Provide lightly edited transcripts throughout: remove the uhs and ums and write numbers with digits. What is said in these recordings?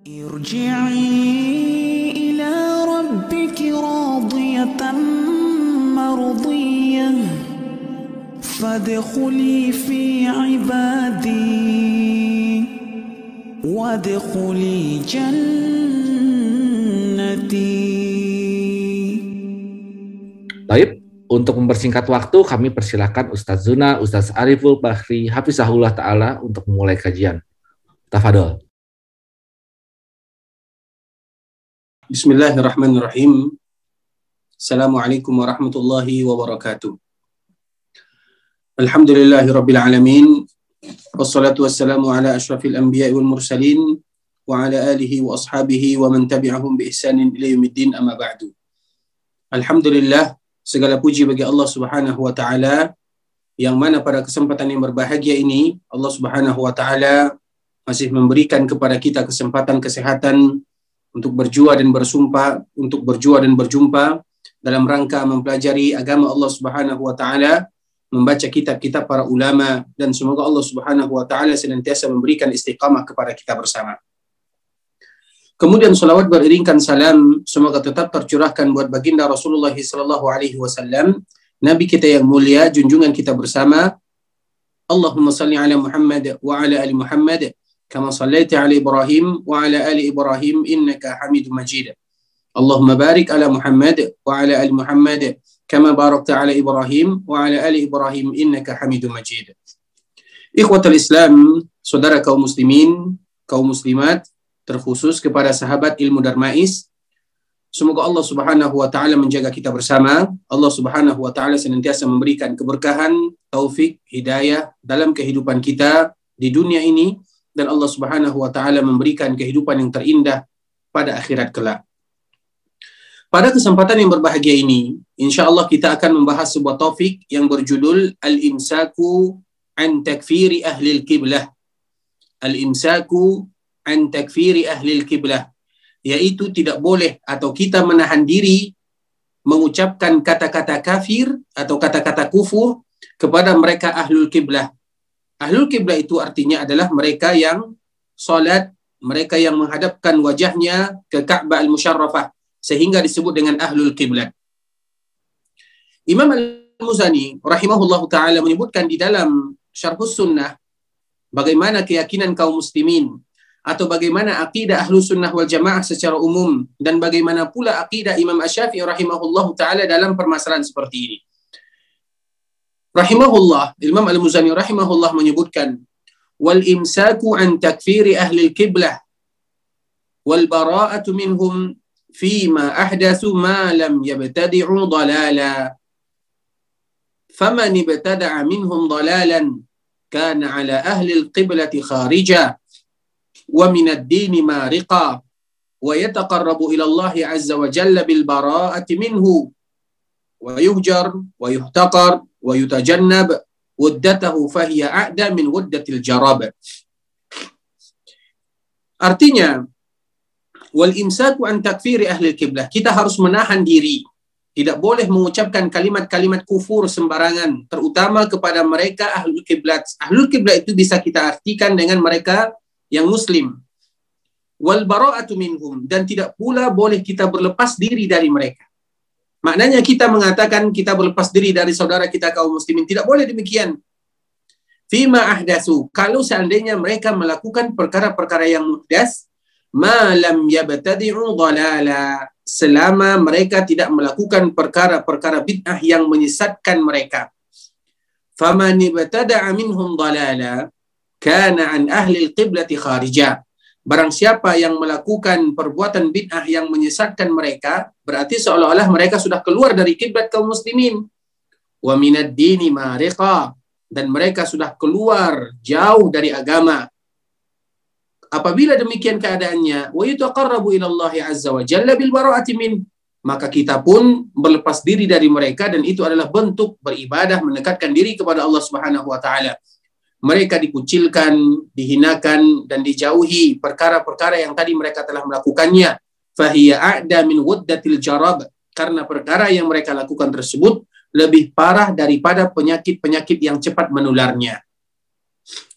ارجعي إلى ربك راضية مرضية فادخلي في عبادي وادخلي جنتي. Baik, untuk mempersingkat waktu kami persilakan Ustaz Zuna, Ustaz Ariful Bahri, Hafizahullah Ta'ala untuk memulai kajian. Tafadol. Bismillahirrahmanirrahim. Assalamualaikum warahmatullahi wabarakatuh. Alhamdulillahirabbil alamin. Wassalatu wassalamu ala asyrafil anbiya'i wal mursalin wa ala alihi wa ashabihi wa man tabi'ahum bi ihsanin ila yaumiddin, amma ba'du. Alhamdulillah, segala puji bagi Allah Subhanahu wa taala yang mana pada kesempatan yang berbahagia ini Allah Subhanahu wa taala masih memberikan kepada kita kesempatan kesehatan untuk berjua dan berjumpa dalam rangka mempelajari agama Allah Subhanahu wa taala, membaca kitab-kitab para ulama, dan semoga Allah Subhanahu wa taala senantiasa memberikan istiqamah kepada kita bersama. Kemudian salawat beriringkan salam semoga tetap tercurahkan buat baginda Rasulullah sallallahu alaihi wasallam, nabi kita yang mulia, junjungan kita bersama. Allahumma salli ala Muhammad wa ala ali Muhammad kama sallaita ala Ibrahim wa ala ali Ibrahim innaka Hamidum Majid. Allahumma barik ala Muhammad wa ala ali Muhammad kama barakta ala Ibrahim wa ala ali Ibrahim innaka Hamidum Majid. Ikhwatul Islam, saudara kaum muslimin, kaum muslimat, terkhusus kepada sahabat ilmu Darmais, semoga Allah Subhanahu wa taala menjaga kita bersama. Allah Subhanahu wa taala senantiasa memberikan keberkahan, taufik, hidayah dalam kehidupan kita di dunia ini, dan Allah Subhanahu wa taala memberikan kehidupan yang terindah pada akhirat kelak. Pada kesempatan yang berbahagia ini, insyaallah kita akan membahas sebuah topik yang berjudul Al-Imsaku an takfiri ahli al-qiblah. Al-Imsaku an takfiri ahli al-qiblah, yaitu tidak boleh atau kita menahan diri mengucapkan kata-kata kafir atau kata-kata kufur kepada mereka ahlul qiblah. Ahlul qiblah itu artinya adalah mereka yang salat, mereka yang menghadapkan wajahnya ke Ka'bah al-Musyarrafah, sehingga disebut dengan ahlul qiblah. Imam Al-Muzani rahimahullahu taala menyebutkan di dalam Syarhus Sunnah bagaimana keyakinan kaum muslimin atau bagaimana akidah Ahlus Sunnah wal Jamaah secara umum, dan bagaimana pula akidah Imam Asy-Syafi'i rahimahullahu taala dalam permasalahan seperti ini. Rahimahullah, Imam Al-Muzani rahimahullah menyebutkan, wal imsaku an takfiri ahli al-qiblah wal bara'atu minhum fima ahdatsu ma lam yabtadi'u dalala faman ibtada'a minhum dalalan kana ala ahli al-qiblati kharija wa min ad-din mariqa wa yataqarrabu ila Allah azza wa jalla bil bara'ati minhu wa yuhjar wa yuhtaqar wa yutajannab waddatahu fahiya a'da min waddatil jarab. Artinya, wal imsaku an takfiri ahli qiblah, kita harus menahan diri, tidak boleh mengucapkan kalimat-kalimat kufur sembarangan, terutama kepada mereka ahlul qiblat. Ahlul qiblat itu bisa kita artikan dengan mereka yang muslim. Wal bara'atu minhum, dan tidak pula boleh kita berlepas diri dari mereka. Maknanya kita mengatakan kita berlepas diri dari saudara kita kaum muslimin, tidak boleh demikian. Fima ahdatsu, kalau seandainya mereka melakukan perkara-perkara yang muhdas, ma lam yabtadi'u dalala, selama mereka tidak melakukan perkara-perkara bid'ah yang menyesatkan mereka. Faman ibtada'a minhum dalala kana an ahli al-qiblati kharija. Barang siapa yang melakukan perbuatan bid'ah yang menyesatkan mereka, berarti seolah-olah mereka sudah keluar dari kiblat kaum muslimin. Wa minad dini mariqa, dan mereka sudah keluar jauh dari agama. Apabila demikian keadaannya, wa yataqarrabu ila Allah azza wa jalla bil bara'ati min, maka kita pun berlepas diri dari mereka, dan itu adalah bentuk beribadah mendekatkan diri kepada Allah Subhanahu wa taala. Mereka dikucilkan, dihinakan, dan dijauhi perkara-perkara yang tadi mereka telah melakukannya. Fahiya a'da min waddatil jarab, karena perkara yang mereka lakukan tersebut lebih parah daripada penyakit-penyakit yang cepat menularnya.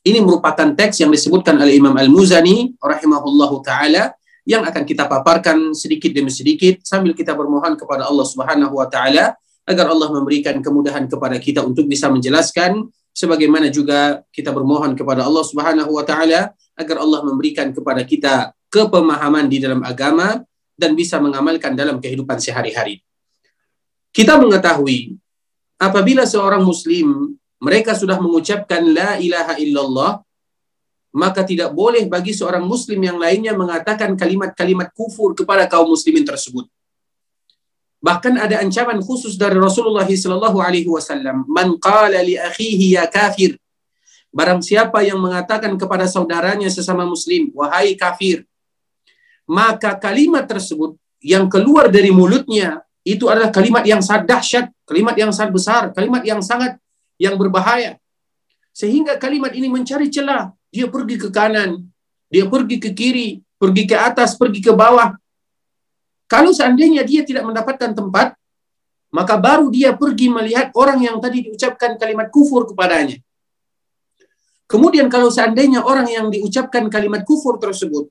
Ini merupakan teks yang disebutkan oleh Imam Al-Muzani rahimahullahu taala yang akan kita paparkan sedikit demi sedikit sambil kita bermohon kepada Allah Subhanahu wa taala agar Allah memberikan kemudahan kepada kita untuk bisa menjelaskan, sebagaimana juga kita bermohon kepada Allah Subhanahu wa taala agar Allah memberikan kepada kita kepemahaman di dalam agama dan bisa mengamalkan dalam kehidupan sehari-hari. Kita mengetahui apabila seorang muslim mereka sudah mengucapkan la ilaha illallah, maka tidak boleh bagi seorang muslim yang lainnya mengatakan kalimat-kalimat kufur kepada kaum muslimin tersebut. Bahkan ada ancaman khusus dari Rasulullah sallallahu alaihi wasallam, man qala li akhihi ya kafir. Barang siapa yang mengatakan kepada saudaranya sesama muslim, wahai kafir, maka kalimat tersebut yang keluar dari mulutnya itu adalah kalimat yang sangat dahsyat, kalimat yang sangat besar, kalimat yang berbahaya. Sehingga kalimat ini mencari celah. Dia pergi ke kanan, dia pergi ke kiri, pergi ke atas, pergi ke bawah. Kalau seandainya dia tidak mendapatkan tempat, maka baru dia pergi melihat orang yang tadi diucapkan kalimat kufur kepadanya. Kemudian kalau seandainya orang yang diucapkan kalimat kufur tersebut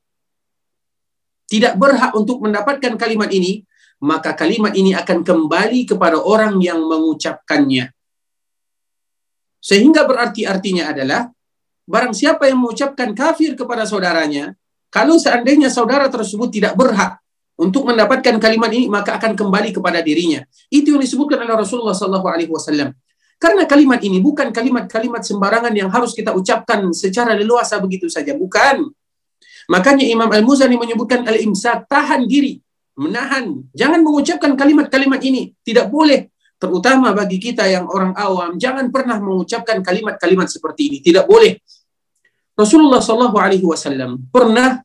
tidak berhak untuk mendapatkan kalimat ini, maka kalimat ini akan kembali kepada orang yang mengucapkannya. Sehingga artinya adalah, barang siapa yang mengucapkan kafir kepada saudaranya, kalau seandainya saudara tersebut tidak berhak untuk mendapatkan kalimat ini, maka akan kembali kepada dirinya. Itu yang disebutkan oleh Rasulullah SAW. Karena kalimat ini bukan kalimat-kalimat sembarangan yang harus kita ucapkan secara leluasa begitu saja. Bukan. Makanya Imam Al-Muzani menyebutkan al-imsak, tahan diri, menahan. Jangan mengucapkan kalimat-kalimat ini. Tidak boleh. Terutama bagi kita yang orang awam, jangan pernah mengucapkan kalimat-kalimat seperti ini. Tidak boleh. Rasulullah SAW pernah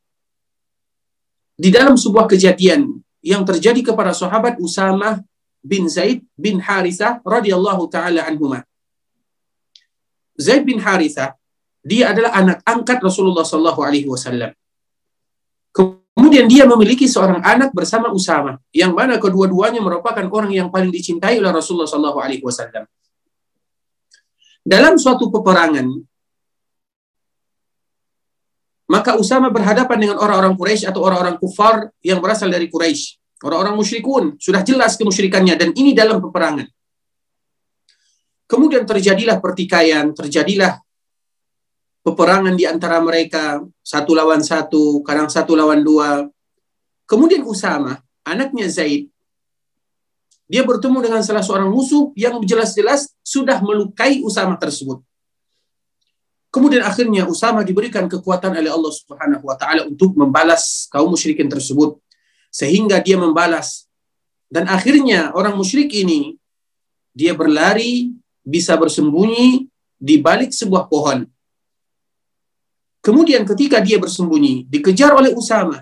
di dalam sebuah kejadian yang terjadi kepada sahabat Usamah bin Zaid bin Harithah radhiyallahu taala anhuma. Zaid bin Harithah, dia adalah anak angkat Rasulullah SAW. Kemudian dia memiliki seorang anak bersama Usamah, yang mana kedua-duanya merupakan orang yang paling dicintai oleh Rasulullah SAW. Dalam suatu peperangan, maka Usamah berhadapan dengan orang-orang Quraisy atau orang-orang kufar yang berasal dari Quraisy, orang-orang musyrikun, sudah jelas kemusyrikannya, dan ini dalam peperangan. Kemudian terjadilah pertikaian, terjadilah peperangan di antara mereka, 1 lawan 1, kadang 1 lawan 2. Kemudian Usamah, anaknya Zaid, dia bertemu dengan salah seorang musuh yang jelas-jelas sudah melukai Usamah tersebut. Kemudian akhirnya Usamah diberikan kekuatan oleh Allah Subhanahu wa taala untuk membalas kaum musyrikin tersebut. Sehingga dia membalas. Dan akhirnya orang musyrik ini, dia berlari, bisa bersembunyi di balik sebuah pohon. Kemudian ketika dia bersembunyi, dikejar oleh Usamah.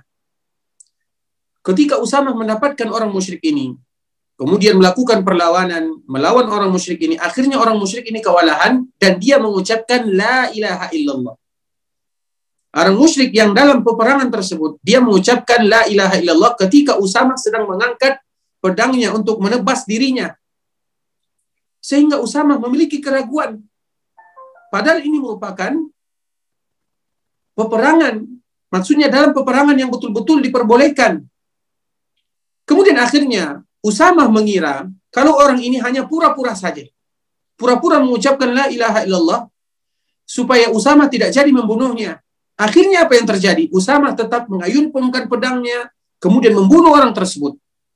Ketika Usamah mendapatkan orang musyrik ini, kemudian melakukan perlawanan, melawan orang musyrik ini, akhirnya orang musyrik ini kewalahan, dan dia mengucapkan la ilaha illallah. Orang musyrik yang dalam peperangan tersebut, dia mengucapkan la ilaha illallah ketika Usamah sedang mengangkat pedangnya untuk menebas dirinya. Sehingga Usamah memiliki keraguan. Padahal ini merupakan peperangan, maksudnya dalam peperangan yang betul-betul diperbolehkan. Kemudian akhirnya Usamah mengira kalau orang ini hanya pura-pura saja, pura-pura mengucapkan la ilaha illallah supaya Usamah tidak jadi membunuhnya. Akhirnya apa yang terjadi? Usamah tetap mengayunkan pedangnya, kemudian membunuh orang tersebut.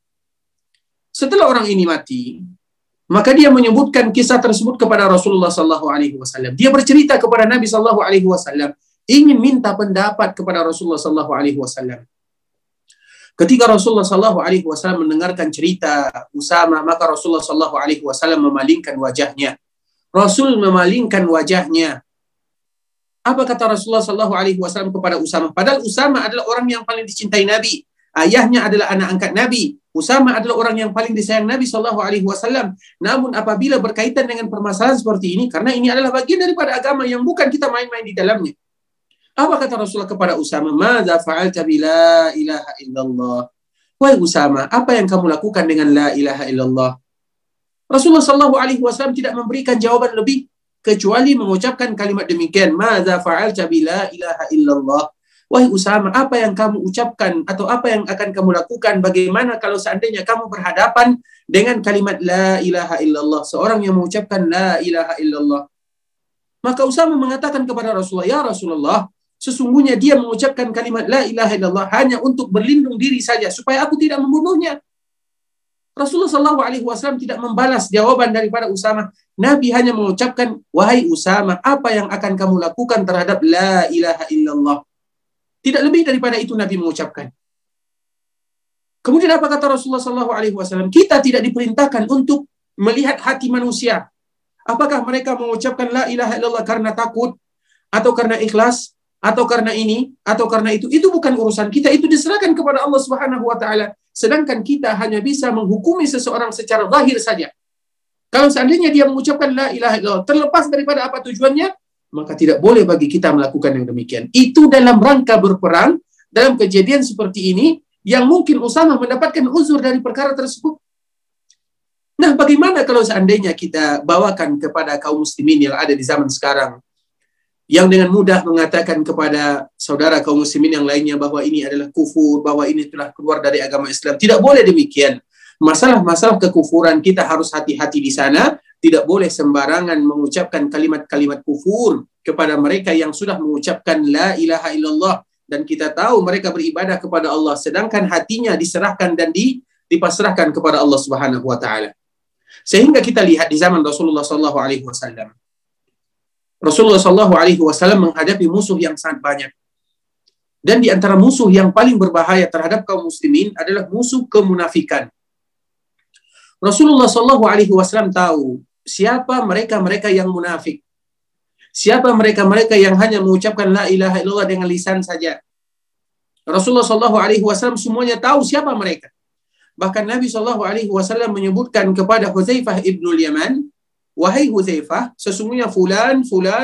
Setelah orang ini mati, maka dia menyebutkan kisah tersebut kepada Rasulullah SAW. Dia bercerita kepada Nabi SAW, ingin minta pendapat kepada Rasulullah SAW. Ketika Rasulullah SAW mendengarkan cerita Usamah, maka Rasulullah SAW memalingkan wajahnya. Rasul memalingkan wajahnya. Apa kata Rasulullah SAW kepada Usamah? Padahal Usamah adalah orang yang paling dicintai Nabi. Ayahnya adalah anak angkat Nabi. Usamah adalah orang yang paling disayang Nabi SAW. Namun apabila berkaitan dengan permasalahan seperti ini, karena ini adalah bagian daripada agama yang bukan kita main-main di dalamnya. Apa kata Rasulullah kepada Usamah? Madza fa'alta bi la ilaha illallah? Wahai Usamah, apa yang kamu lakukan dengan la ilaha illallah? Rasulullah SAW tidak memberikan jawaban lebih, kecuali mengucapkan kalimat demikian, madza fa'alta bi la ilaha illallah. Wahai Usama, apa yang kamu ucapkan atau apa yang akan kamu lakukan? Bagaimana kalau seandainya kamu berhadapan dengan kalimat la ilaha illallah, seorang yang mengucapkan la ilaha illallah? Maka Usama mengatakan kepada Rasulullah, ya Rasulullah, sesungguhnya dia mengucapkan kalimat la ilaha illallah hanya untuk berlindung diri saja supaya aku tidak membunuhnya. Rasulullah SAW tidak membalas jawaban daripada Usama. Nabi hanya mengucapkan, wahai Usama, apa yang akan kamu lakukan terhadap la ilaha illallah? Tidak lebih daripada itu Nabi mengucapkan. Kemudian apa kata Rasulullah SAW? Kita tidak diperintahkan untuk melihat hati manusia. Apakah mereka mengucapkan la ilaha illallah karena takut, atau karena ikhlas, atau karena ini, atau karena itu? Itu bukan urusan kita. Itu diserahkan kepada Allah Subhanahu wa taala. Sedangkan kita hanya bisa menghukumi seseorang secara zahir saja. Kalau seandainya dia mengucapkan la ilaha illallah terlepas daripada apa tujuannya, maka tidak boleh bagi kita melakukan yang demikian. Itu dalam rangka berperang, dalam kejadian seperti ini, yang mungkin Usama mendapatkan uzur dari perkara tersebut. Nah, bagaimana kalau seandainya kita bawakan kepada kaum muslimin yang ada di zaman sekarang, yang dengan mudah mengatakan kepada saudara kaum muslimin yang lainnya bahwa ini adalah kufur, bahwa ini telah keluar dari agama Islam. Tidak boleh demikian. Masalah-masalah kekufuran kita harus hati-hati di sana. Tidak boleh sembarangan mengucapkan kalimat-kalimat kufur kepada mereka yang sudah mengucapkan la ilaha illallah. Dan kita tahu mereka beribadah kepada Allah, sedangkan hatinya diserahkan dan dipasrahkan kepada Allah Subhanahu wa taala. Sehingga kita lihat di zaman Rasulullah SAW. Rasulullah SAW menghadapi musuh yang sangat banyak. Dan di antara musuh yang paling berbahaya terhadap kaum muslimin adalah musuh kemunafikan. Rasulullah SAW tahu siapa mereka-mereka yang munafik. Siapa mereka-mereka yang hanya mengucapkan la ilaha illallah dengan lisan saja. Rasulullah SAW semuanya tahu siapa mereka. Bahkan Nabi SAW menyebutkan kepada Hudzaifah ibnul Yaman, wahai Hudzaifah, sesungguhnya fulan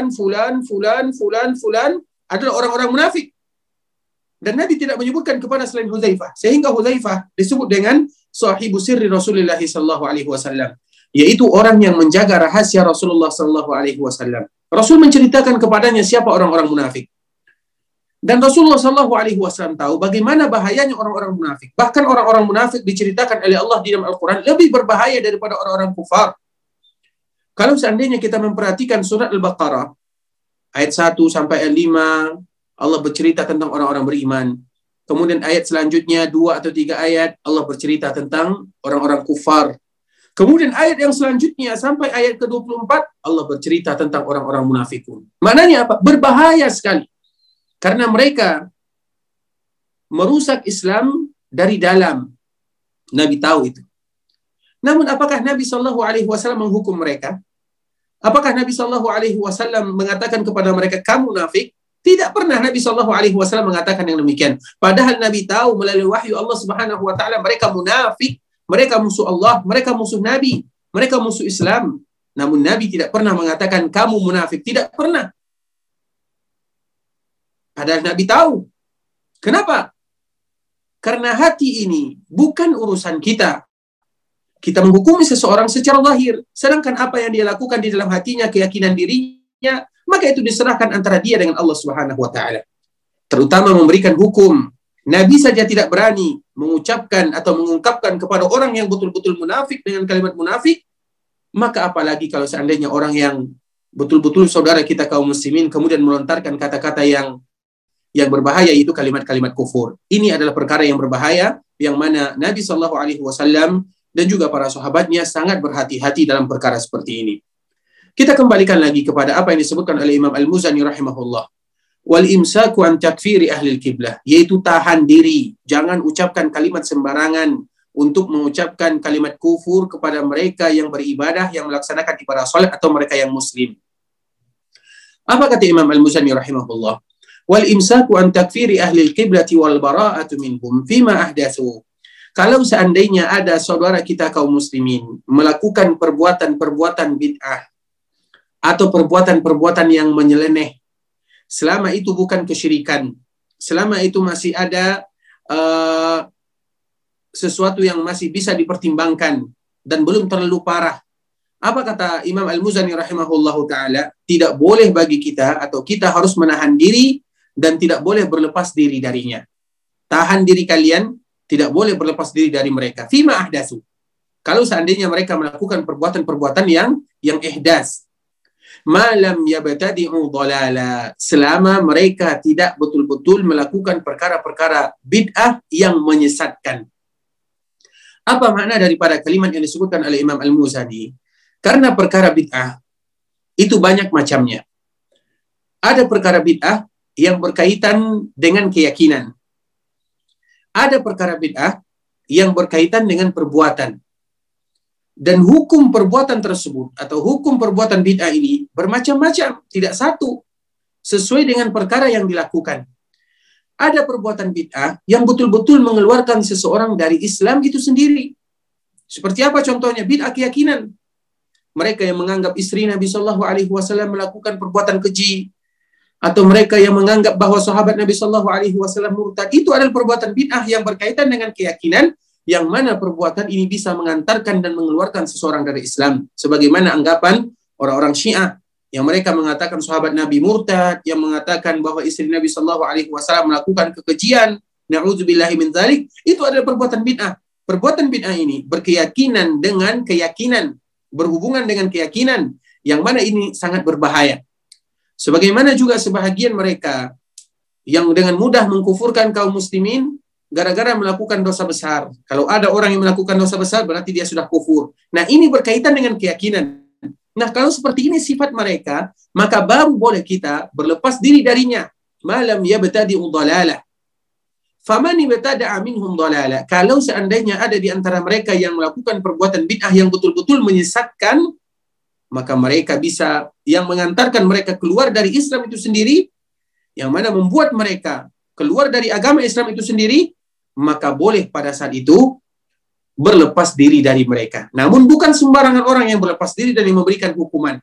adalah orang-orang munafik. Dan Nabi tidak menyebutkan kepada selain Hudzaifah, sehingga Hudzaifah disebut dengan sahibu sirri Rasulullah SAW, yaitu orang yang menjaga rahasia Rasulullah SAW. Rasul menceritakan kepadanya siapa orang-orang munafik. Dan Rasulullah SAW tahu bagaimana bahayanya orang-orang munafik. Bahkan orang-orang munafik diceritakan oleh Allah di dalam Al-Quran lebih berbahaya daripada orang-orang kufar. Kalau seandainya kita memperhatikan surat Al-Baqarah, ayat 1 sampai ayat 5, Allah bercerita tentang orang-orang beriman. Kemudian ayat selanjutnya, 2 atau 3 ayat, Allah bercerita tentang orang-orang kufar. Kemudian ayat yang selanjutnya, sampai ayat ke-24, Allah bercerita tentang orang-orang munafikun. Maknanya apa? Berbahaya sekali. Karena mereka merusak Islam dari dalam. Nabi tahu itu. Namun apakah Nabi SAW menghukum mereka? Apakah Nabi SAW mengatakan kepada mereka, kamu munafik? Tidak pernah Nabi SAW mengatakan yang demikian. Padahal Nabi tahu melalui wahyu Allah Subhanahu wa taala mereka munafik, mereka musuh Allah, mereka musuh Nabi, mereka musuh Islam. Namun Nabi tidak pernah mengatakan kamu munafik, tidak pernah. Padahal Nabi tahu. Kenapa? Karena hati ini bukan urusan kita. Kita menghukumi seseorang secara lahir, sedangkan apa yang dia lakukan di dalam hatinya, keyakinan dirinya, maka itu diserahkan antara dia dengan Allah Subhanahu wa taala. Terutama memberikan hukum. Nabi saja tidak berani mengucapkan atau mengungkapkan kepada orang yang betul-betul munafik dengan kalimat munafik, maka apalagi kalau seandainya orang yang betul-betul saudara kita kaum muslimin kemudian melontarkan kata-kata yang berbahaya, itu kalimat-kalimat kufur. Ini adalah perkara yang berbahaya, yang mana Nabi SAW dan juga para sahabatnya sangat berhati-hati dalam perkara seperti ini. Kita kembalikan lagi kepada apa yang disebutkan oleh Imam Al-Muzani rahimahullah. Wal imsaku an takfiri ahlil kiblah, yaitu tahan diri, jangan ucapkan kalimat sembarangan untuk mengucapkan kalimat kufur kepada mereka yang beribadah, yang melaksanakan ibadah salat, atau mereka yang muslim. Apa kata Imam Al-Muzani rahimahullah? Wal imsaku an takfiri ahlil kiblati wal bara'atu minhum fima ahdatsu. Kalau seandainya ada saudara kita kaum muslimin melakukan perbuatan-perbuatan bid'ah atau perbuatan-perbuatan yang menyeleneh, selama itu bukan kesyirikan, selama itu masih ada sesuatu yang masih bisa dipertimbangkan dan belum terlalu parah, Apa kata Imam Al-Muzani rahimahullahu ta'ala? Tidak boleh bagi kita, atau kita harus menahan diri dan tidak boleh berlepas diri darinya. Tahan diri kalian, tidak boleh berlepas diri dari mereka. Fima ahdatsu. Kalau seandainya mereka melakukan perbuatan-perbuatan yang ihdas. Malam yabtadi'u dhalala. Selama mereka tidak betul-betul melakukan perkara-perkara bid'ah yang menyesatkan. Apa makna daripada kalimat yang disebutkan oleh Imam Al-Muzani? Karena perkara bid'ah itu banyak macamnya. Ada perkara bid'ah yang berkaitan dengan keyakinan. Ada perkara bid'ah yang berkaitan dengan perbuatan. Dan hukum perbuatan tersebut atau hukum perbuatan bid'ah ini bermacam-macam, tidak satu, sesuai dengan perkara yang dilakukan. Ada perbuatan bid'ah yang betul-betul mengeluarkan seseorang dari Islam itu sendiri. Seperti apa contohnya? Bid'ah keyakinan. Mereka yang menganggap istri Nabi Shallallahu Alaihi Wasallam melakukan perbuatan keji, atau mereka yang menganggap bahwa sahabat Nabi Shallallahu Alaihi Wasallam murtad, itu adalah perbuatan bid'ah yang berkaitan dengan keyakinan, yang mana perbuatan ini bisa mengantarkan dan mengeluarkan seseorang dari Islam. Sebagaimana anggapan orang-orang Syiah yang mereka mengatakan sahabat Nabi murtad, yang mengatakan bahwa istri Nabi Shallallahu Alaihi Wasallam melakukan kekejian, na'udzubillahi min dzalik, itu adalah perbuatan bid'ah. Perbuatan bid'ah ini berkeyakinan dengan keyakinan, berhubungan dengan keyakinan, yang mana ini sangat berbahaya. Sebagaimana juga sebahagian mereka yang dengan mudah mengkufurkan kaum muslimin gara-gara melakukan dosa besar. Kalau ada orang yang melakukan dosa besar, berarti dia sudah kufur. Nah, ini berkaitan dengan keyakinan. Nah, kalau seperti ini sifat mereka, maka baru boleh kita berlepas diri darinya. Malam yabtadi'u dhalalah. Faman ibtada'a minhum dhalalah. Kalau seandainya ada di antara mereka yang melakukan perbuatan bid'ah yang betul-betul menyesatkan, maka mereka bisa, yang mengantarkan mereka keluar dari Islam itu sendiri, yang mana membuat mereka keluar dari agama Islam itu sendiri, maka boleh pada saat itu berlepas diri dari mereka. Namun bukan sembarangan orang yang berlepas diri dan yang memberikan hukuman.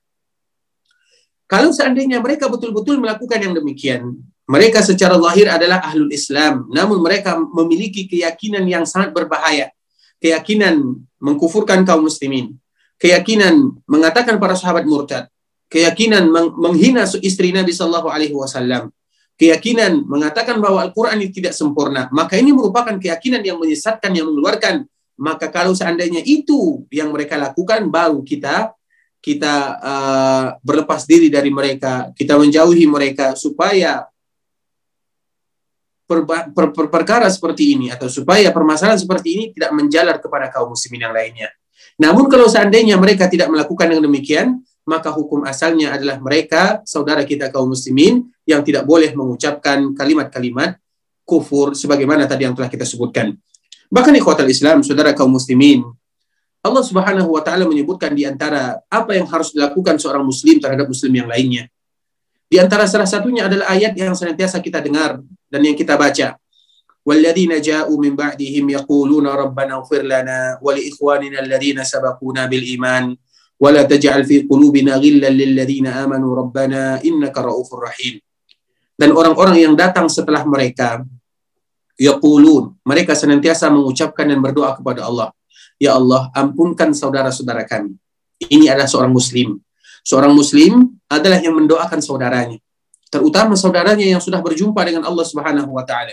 Kalau seandainya mereka betul-betul melakukan yang demikian, mereka secara zahir adalah ahlul Islam, namun mereka memiliki keyakinan yang sangat berbahaya. Keyakinan mengkufurkan kaum muslimin, keyakinan mengatakan para sahabat murtad, keyakinan menghina istri Nabi Sallallahu Alaihi Wasallam, keyakinan mengatakan bahwa Al-Quran ini tidak sempurna, maka ini merupakan keyakinan yang menyesatkan, yang mengeluarkan. Maka kalau seandainya itu yang mereka lakukan, baru kita berlepas diri dari mereka, kita menjauhi mereka, supaya perkara seperti ini, atau supaya permasalahan seperti ini tidak menjalar kepada kaum muslimin yang lainnya. Namun kalau seandainya mereka tidak melakukan yang demikian, maka hukum asalnya adalah mereka saudara kita kaum muslimin yang tidak boleh mengucapkan kalimat-kalimat kufur sebagaimana tadi yang telah kita sebutkan. Bahkan ikhwatal Islam, saudara kaum muslimin, Allah Subhanahu wa taala menyebutkan di antara apa yang harus dilakukan seorang muslim terhadap muslim yang lainnya. Di antara salah satunya adalah ayat yang senantiasa kita dengar dan yang kita baca. وَالَّذِينَ جَاءُوا مِنْ بَعْدِهِمْ يَقُولُونَ رَبَّنَا اغْفِرْ لَنَا وَلِإِخْوَانِنَا الَّذِينَ سَبَقُونَا بِالْإِيمَانِ وَلَا تَجْعَلْ فِي قُلُوبِنَا غِلًّا لِلَّذِينَ آمَنُوا رَبَّنَا إِنَّكَ رَءُوفٌ رَحِيمٌ. Dan orang-orang yang datang setelah mereka, yaqulun, mereka senantiasa mengucapkan dan berdoa kepada Allah, ya Allah, ampunkan saudara-saudara kami. Ini adalah seorang muslim. Seorang muslim adalah yang mendoakan saudaranya, terutama saudaranya yang sudah berjumpa dengan Allah Subhanahu wa taala.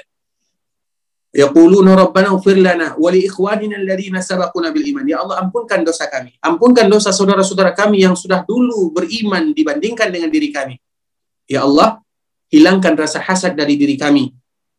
Yaquluna rabbana ighfir lana wa li ikhwanina alladhina sabaquna bil iman. Ya Allah, ampunkan dosa kami. Ampunkan dosa saudara-saudara kami yang sudah dulu beriman dibandingkan dengan diri kami. Ya Allah, hilangkan rasa hasad dari diri kami.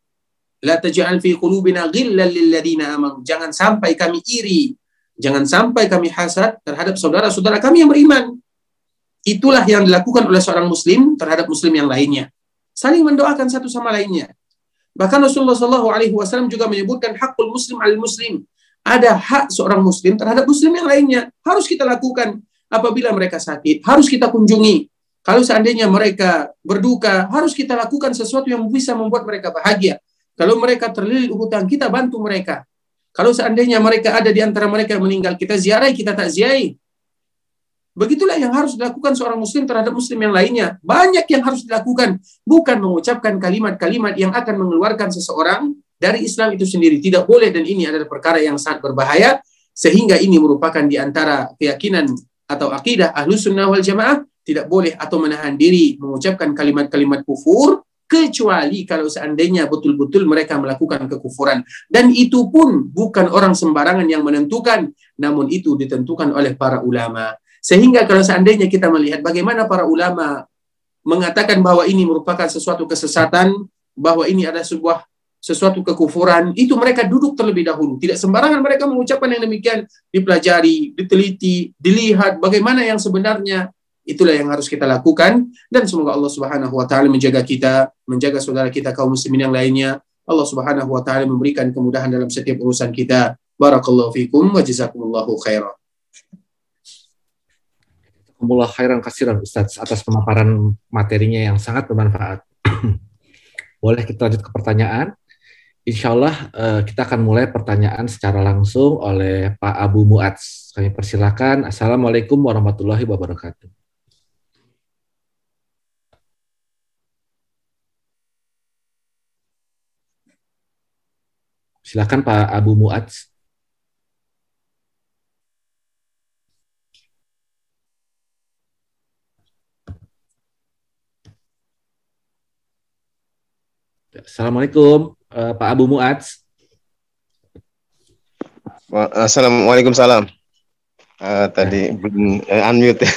La taj'al fi qulubina ghillan lil ladzina amanu. Jangan sampai kami iri, jangan sampai kami hasad terhadap saudara-saudara kami yang beriman. Itulah yang dilakukan oleh seorang muslim terhadap muslim yang lainnya. Saling mendoakan satu sama lainnya. Bahkan Rasulullah SAW juga menyebutkan hakul muslim al muslim. Ada hak seorang muslim terhadap muslim yang lainnya. Harus kita lakukan. Apabila mereka sakit, harus kita kunjungi. Kalau seandainya mereka berduka, harus kita lakukan sesuatu yang bisa membuat mereka bahagia. Kalau mereka terlilit hutang, kita bantu mereka. Kalau seandainya mereka ada di antara mereka yang meninggal, kita ziarahi, kita takziahi. Begitulah yang harus dilakukan seorang muslim terhadap muslim yang lainnya. Banyak yang harus dilakukan. Bukan mengucapkan kalimat-kalimat yang akan mengeluarkan seseorang dari Islam itu sendiri. Tidak boleh, dan ini adalah perkara yang sangat berbahaya. Sehingga ini merupakan di antara keyakinan atau akidah Ahlus Sunnah wal Jamaah tidak boleh atau menahan diri mengucapkan kalimat-kalimat kufur kecuali kalau seandainya betul-betul mereka melakukan kekufuran, dan itu pun bukan orang sembarangan yang menentukan, namun itu ditentukan oleh para ulama. Sehingga kalau seandainya kita melihat bagaimana para ulama mengatakan bahwa ini merupakan sesuatu kesesatan, bahwa ini adalah sesuatu kekufuran, itu mereka duduk terlebih dahulu. Tidak sembarangan mereka mengucapkan yang demikian, dipelajari, diteliti, dilihat bagaimana yang sebenarnya. Itulah yang harus kita lakukan, dan semoga Allah Subhanahu wa taala menjaga kita, menjaga saudara kita kaum muslimin yang lainnya. Allah Subhanahu wa taala memberikan kemudahan dalam setiap urusan kita. Barakallahu fikum wa jazakumullahu khairan. Jazakumullah khairan katsiran Ustaz atas pemaparan materinya yang sangat bermanfaat. Boleh kita lanjut ke pertanyaan? Insya Allah kita akan mulai pertanyaan secara langsung oleh Pak Abu Mu'adz. Kami persilakan. Assalamualaikum warahmatullahi wabarakatuh. Silakan Pak Abu Mu'adz. Assalamualaikum Pak Abu Mu'adz. Assalamualaikum salam. Tadi belum unmute.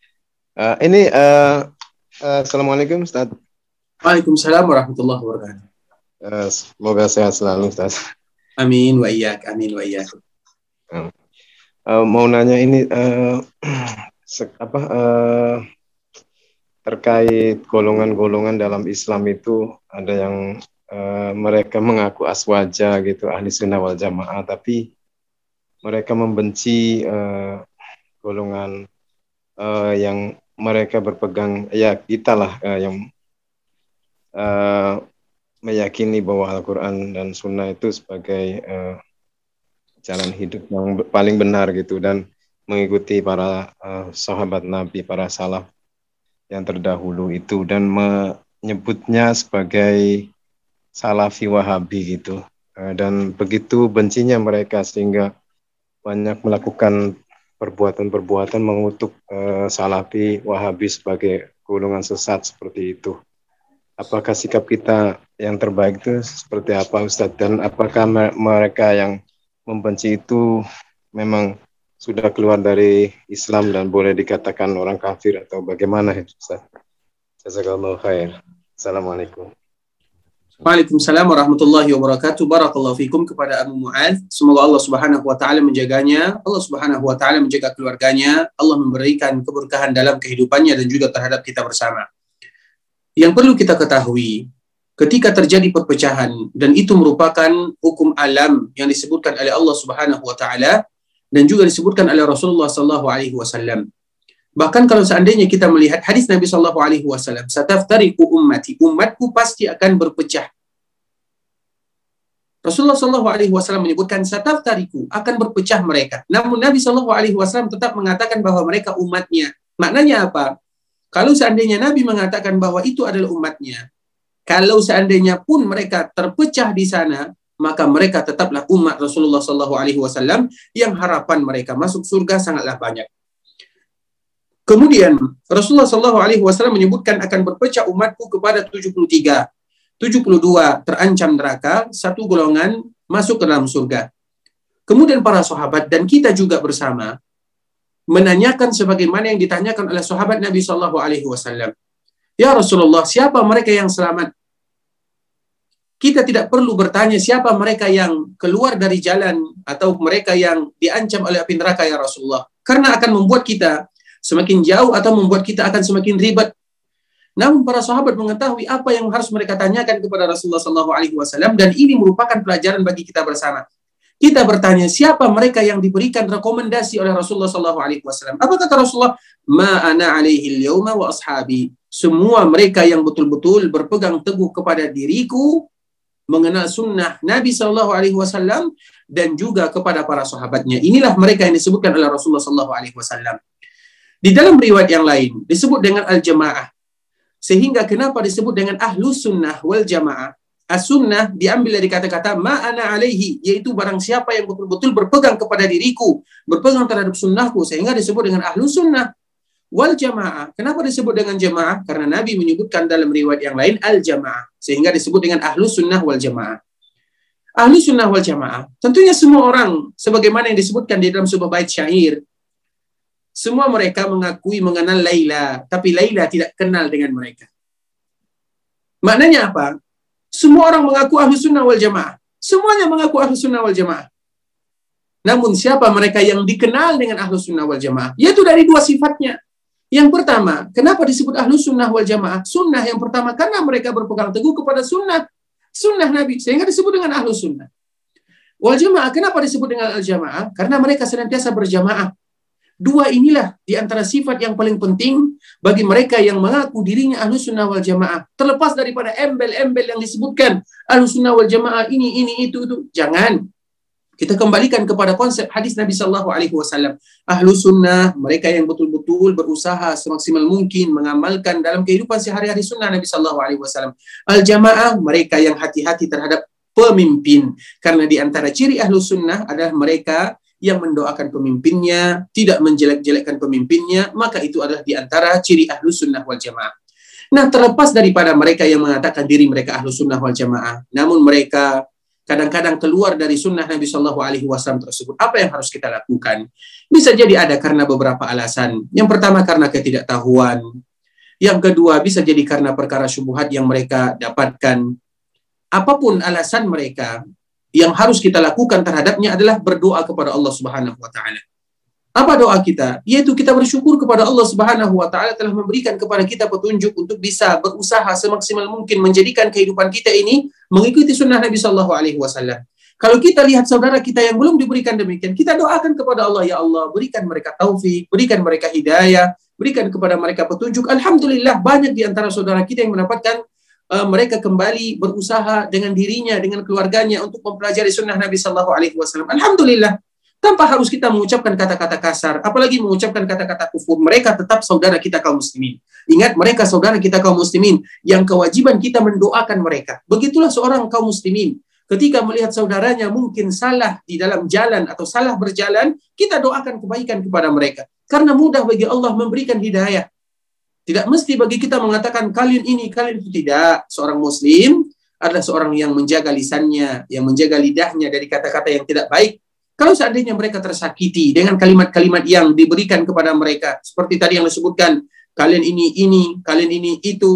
Assalamualaikum Ustaz. Waalaikumsalam warahmatullahi wabarakatuh. Semoga sehat selalu Ustaz. Amin wa iyyak, amin wa iyyak. Mau nanya ini terkait golongan-golongan dalam Islam itu ada yang mereka mengaku aswaja gitu, ahli sunnah wal jamaah, tapi mereka membenci golongan yang mereka berpegang, ya kita lah yang meyakini bahwa Al-Quran dan Sunnah itu sebagai jalan hidup yang paling benar gitu, dan mengikuti para sahabat Nabi, para salaf yang terdahulu itu, dan menyebutnya sebagai Salafi Wahabi gitu. Dan begitu bencinya mereka sehingga banyak melakukan perbuatan-perbuatan mengutuk Salafi Wahabi sebagai golongan sesat seperti itu. Apakah sikap kita yang terbaik itu seperti apa Ustadz? Dan apakah mereka yang membenci itu memang sudah keluar dari Islam dan boleh dikatakan orang kafir atau bagaimana Ustadz? Jazakallahu khair. Assalamualaikum. Waalaikumsalam warahmatullahi wabarakatuh. Barakallahu fikum kepada Abu Mu'adz. Semoga Allah Subhanahu wa taala menjaganya, Allah Subhanahu wa taala menjaga keluarganya, Allah memberikan keberkahan dalam kehidupannya dan juga terhadap kita bersama. Yang perlu kita ketahui, ketika terjadi perpecahan, dan itu merupakan hukum alam yang disebutkan oleh Allah Subhanahu wa taala dan juga disebutkan oleh Rasulullah sallallahu alaihi wasallam. Bahkan kalau seandainya kita melihat hadis Nabi sallallahu alaihi wasallam, "Sataftariqu ummati", umatku pasti akan berpecah. Rasulullah sallallahu alaihi wasallam menyebutkan sataftariqu, akan berpecah mereka. Namun Nabi sallallahu alaihi wasallam tetap mengatakan bahwa mereka umatnya. Maknanya apa? Kalau seandainya Nabi mengatakan bahwa itu adalah umatnya, kalau seandainya pun mereka terpecah di sana, maka mereka tetaplah umat Rasulullah SAW yang harapan mereka masuk surga sangatlah banyak. Kemudian Rasulullah SAW menyebutkan akan berpecah umatku kepada 73. 72 terancam neraka, satu golongan masuk ke dalam surga. Kemudian para sahabat dan kita juga bersama menanyakan sebagaimana yang ditanyakan oleh sahabat Nabi SAW. Ya Rasulullah, siapa mereka yang selamat? Kita tidak perlu bertanya siapa mereka yang keluar dari jalan atau mereka yang diancam oleh api neraka ya Rasulullah. Karena akan membuat kita semakin jauh atau membuat kita akan semakin ribet. Namun para sahabat mengetahui apa yang harus mereka tanyakan kepada Rasulullah SAW, dan ini merupakan pelajaran bagi kita bersama. Kita bertanya siapa mereka yang diberikan rekomendasi oleh Rasulullah SAW. Apa kata Rasulullah? Ma ana alaihi al-yawma wa ashabi. Semua mereka yang betul-betul berpegang teguh kepada diriku, mengenal sunnah Nabi SAW dan juga kepada para sahabatnya. Inilah mereka yang disebutkan oleh Rasulullah SAW. Di dalam riwayat yang lain disebut dengan al-jamaah. Sehingga kenapa disebut dengan ahlus sunnah wal jamaah? As-sunnah diambil dari kata-kata ma'ana alaihi, yaitu barang siapa yang betul-betul berpegang kepada diriku, berpegang terhadap sunnahku, sehingga disebut dengan ahlu sunnah. Wal jamaah, kenapa disebut dengan jamaah? Karena Nabi menyebutkan dalam riwayat yang lain al-jamaah, sehingga disebut dengan ahlu sunnah wal jamaah. Ahlu sunnah wal jamaah, tentunya semua orang, sebagaimana yang disebutkan di dalam sebuah bait syair, semua mereka mengakui mengenal Laila, tapi Laila tidak kenal dengan mereka. Maknanya apa? Semua orang mengaku ahlu sunnah wal jamaah. Semuanya mengaku ahlu sunnah wal jamaah. Namun siapa mereka yang dikenal dengan ahlu sunnah wal jamaah? Yaitu dari dua sifatnya. Yang pertama, kenapa disebut ahlu sunnah wal jamaah? Sunnah yang pertama, karena mereka berpegang teguh kepada sunnah Nabi, sehingga disebut dengan ahlu sunnah. Wal jamaah, kenapa disebut dengan al jamaah? Karena mereka senantiasa berjamaah. Dua inilah di antara sifat yang paling penting bagi mereka yang mengaku dirinya ahlu sunnah wal jamaah. Terlepas daripada embel-embel yang disebutkan ahlu sunnah wal jamaah ini itu. Jangan. Kita kembalikan kepada konsep hadis Nabi Sallallahu Alaihi Wasallam. Ahlu sunnah, mereka yang betul-betul berusaha semaksimal mungkin mengamalkan dalam kehidupan sehari-hari sunnah Nabi Sallallahu Alaihi Wasallam. Al jamaah, mereka yang hati-hati terhadap pemimpin. Karena di antara ciri ahlu sunnah adalah mereka yang mendoakan pemimpinnya, tidak menjelek-jelekkan pemimpinnya, maka itu adalah di antara ciri ahlu sunnah wal jamaah. Nah, terlepas daripada mereka yang mengatakan diri mereka ahlu sunnah wal jamaah, namun mereka kadang-kadang keluar dari sunnah Nabi Shallallahu Alaihi Wasallam tersebut. Apa yang harus kita lakukan? Bisa jadi ada karena beberapa alasan. Yang pertama karena ketidaktahuan. Yang kedua bisa jadi karena perkara syubhat yang mereka dapatkan. Apapun alasan mereka, yang harus kita lakukan terhadapnya adalah berdoa kepada Allah Subhanahu wa taala. Apa doa kita? Yaitu kita bersyukur kepada Allah Subhanahu wa taala telah memberikan kepada kita petunjuk untuk bisa berusaha semaksimal mungkin menjadikan kehidupan kita ini mengikuti sunnah Nabi sallallahu alaihi wasallam. Kalau kita lihat saudara kita yang belum diberikan demikian, kita doakan kepada Allah, ya Allah, berikan mereka taufik, berikan mereka hidayah, berikan kepada mereka petunjuk. Alhamdulillah banyak di antara saudara kita yang mendapatkan mereka kembali berusaha dengan dirinya, dengan keluarganya untuk mempelajari sunnah Nabi Sallallahu Alaihi Wasallam. Alhamdulillah, tanpa harus kita mengucapkan kata-kata kasar, apalagi mengucapkan kata-kata kufur. Mereka tetap saudara kita kaum muslimin. Ingat, mereka saudara kita kaum muslimin yang kewajiban kita mendoakan mereka. Begitulah seorang kaum muslimin. Ketika melihat saudaranya mungkin salah di dalam jalan atau salah berjalan, kita doakan kebaikan kepada mereka. Karena mudah bagi Allah memberikan hidayah. Tidak mesti bagi kita mengatakan kalian ini, kalian itu. Tidak. Seorang muslim adalah seorang yang menjaga lisannya, yang menjaga lidahnya dari kata-kata yang tidak baik. Kalau seandainya mereka tersakiti dengan kalimat-kalimat yang diberikan kepada mereka, seperti tadi yang disebutkan, kalian ini, kalian ini, itu,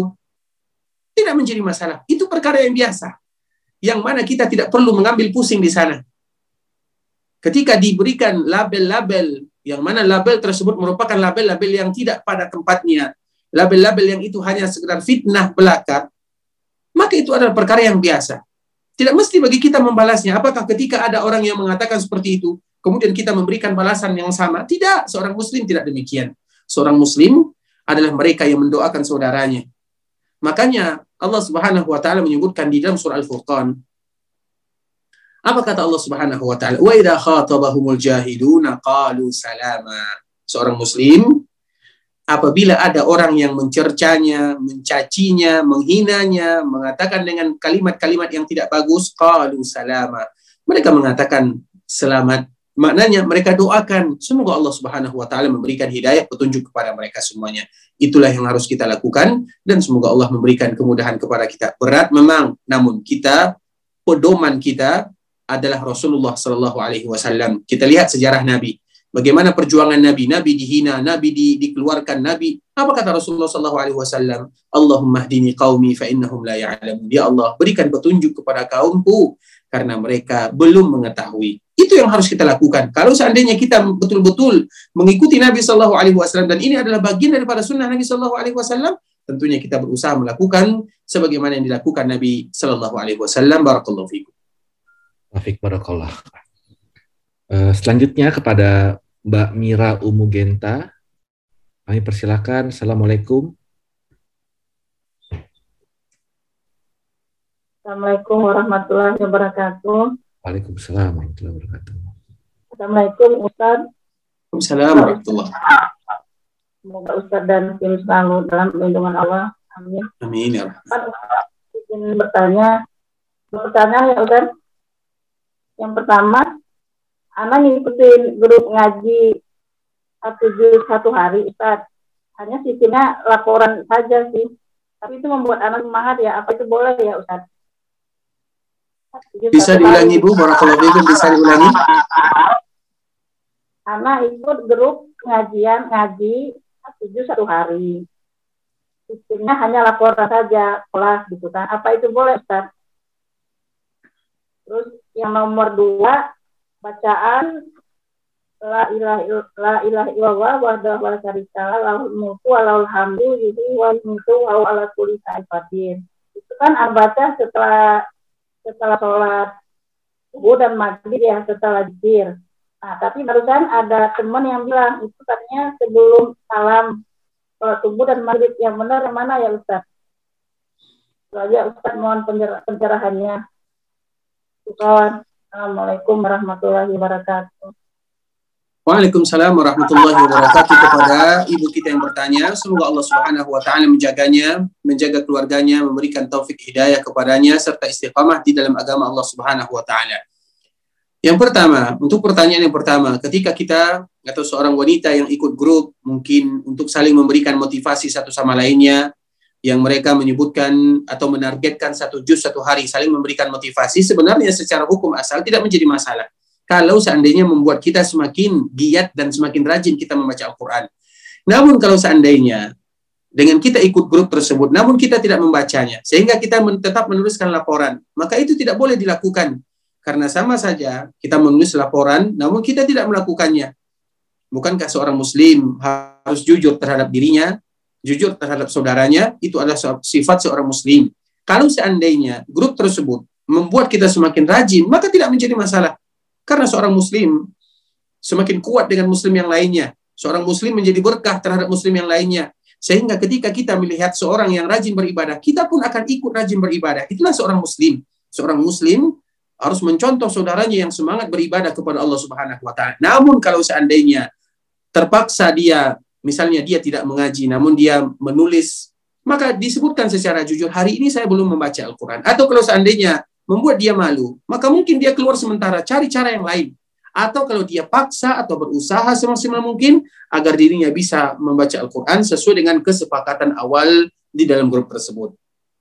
tidak menjadi masalah. Itu perkara yang biasa. Yang mana kita tidak perlu mengambil pusing di sana. Ketika diberikan label-label, yang mana label tersebut merupakan label-label yang tidak pada tempatnya, label-label yang itu hanya sekedar fitnah belaka, maka itu adalah perkara yang biasa. Tidak mesti bagi kita membalasnya. Apakah ketika ada orang yang mengatakan seperti itu, kemudian kita memberikan balasan yang sama? Tidak, seorang muslim tidak demikian. Seorang muslim adalah mereka yang mendoakan saudaranya. Makanya Allah Subhanahu wa taala menyebutkan di dalam surah Al-Furqan. Apa kata Allah Subhanahu wa taala? Wa idza khatabahumul jahiluna qalu salama. Seorang muslim apabila ada orang yang mencercanya, mencacinya, menghinanya, mengatakan dengan kalimat-kalimat yang tidak bagus, qalu salama. Mereka mengatakan selamat. Maknanya mereka doakan semoga Allah Subhanahu wa taala memberikan hidayah, petunjuk kepada mereka semuanya. Itulah yang harus kita lakukan dan semoga Allah memberikan kemudahan kepada kita. Berat memang, namun kita, pedoman kita adalah Rasulullah sallallahu alaihi wasallam. Kita lihat sejarah Nabi. Bagaimana perjuangan Nabi? Nabi dihina, Nabi dikeluarkan, Nabi. Apa kata Rasulullah sallallahu alaihi wasallam? Allahumma hdini qaumi fa innahum la ya'lamun. Ya Allah, berikan petunjuk kepada kaumku karena mereka belum mengetahui. Itu yang harus kita lakukan. Kalau seandainya kita betul-betul mengikuti Nabi sallallahu alaihi wasallam dan ini adalah bagian daripada sunnah Nabi sallallahu alaihi wasallam, tentunya kita berusaha melakukan sebagaimana yang dilakukan Nabi sallallahu alaihi wasallam. Barakallahu fikum. Barakallah. Selanjutnya kepada Mbak Mira Umugenta, kami persilakan. Assalamualaikum. Assalamualaikum warahmatullahi wabarakatuh. Waalaikumsalam warahmatullahi wabarakatuh. Assalamualaikum Ustaz. Waalaikumsalam warahmatullahi wabarakatuh. Semoga Ustaz dan tim selalu dalam lindungan Allah. Amin. Amin ya Rahman. Ustaz, ingin bertanya, Pertanyaan ya Ustaz. Yang pertama, anak ngikutin grup ngaji satu hari Ustaz. Hanya sistemnya laporan saja sih. Tapi itu membuat anak semangat ya. Apa itu boleh ya Ustaz? Bisa diulangi Bu, barakallahu fikum, bisa diulangi. Anak ikut grup ngaji satu hari. Sistemnya hanya laporan saja, kelas gitu kan. Apa itu boleh Ustaz? Terus yang nomor 2, bacaan la ilaha illallah wahdahu la syarika lah lahul mulku wa lahul hamdu yuhyi wa yumiitu wa huwa ala kulli syai'in qadir. Itu kan baca setelah sholat subuh dan maghrib ya, setelah zikir. Nah, tapi barusan ada teman yang bilang itu katanya sebelum salam sholat subuh dan maghrib. Yang benar yang mana ya Ustaz? Itu aja Ustaz, mohon pencerahannya. Assalamualaikum warahmatullahi wabarakatuh. Waalaikumsalam warahmatullahi wabarakatuh. Kepada ibu kita yang bertanya, semoga Allah Subhanahu wa taala menjaganya, menjaga keluarganya, memberikan taufik hidayah kepadanya serta istiqamah di dalam agama Allah Subhanahu wa taala. Yang pertama, untuk pertanyaan yang pertama, ketika kita atau seorang wanita yang ikut grup mungkin untuk saling memberikan motivasi satu sama lainnya, yang mereka menyebutkan atau menargetkan 1 juz 1 hari, saling memberikan motivasi, sebenarnya secara hukum asal tidak menjadi masalah. Kalau seandainya membuat kita semakin giat dan semakin rajin kita membaca Al-Quran. Namun kalau seandainya dengan kita ikut grup tersebut, namun kita tidak membacanya, sehingga kita tetap menuliskan laporan, maka itu tidak boleh dilakukan. Karena sama saja kita menulis laporan, namun kita tidak melakukannya. Bukankah seorang muslim harus jujur terhadap dirinya, jujur terhadap saudaranya? Itu adalah sifat seorang muslim. Kalau seandainya grup tersebut membuat kita semakin rajin, maka tidak menjadi masalah. Karena seorang muslim semakin kuat dengan muslim yang lainnya. Seorang muslim menjadi berkah terhadap muslim yang lainnya. Sehingga ketika kita melihat seorang yang rajin beribadah, kita pun akan ikut rajin beribadah. Itulah seorang muslim. Seorang muslim harus mencontoh saudaranya yang semangat beribadah kepada Allah Subhanahu wa taala. Namun kalau seandainya terpaksa dia, misalnya dia tidak mengaji, namun dia menulis, maka disebutkan secara jujur, hari ini saya belum membaca Al-Quran. Atau kalau seandainya membuat dia malu, maka mungkin dia keluar sementara, cari cara yang lain. Atau kalau dia paksa atau berusaha semaksimal mungkin agar dirinya bisa membaca Al-Quran sesuai dengan kesepakatan awal di dalam grup tersebut.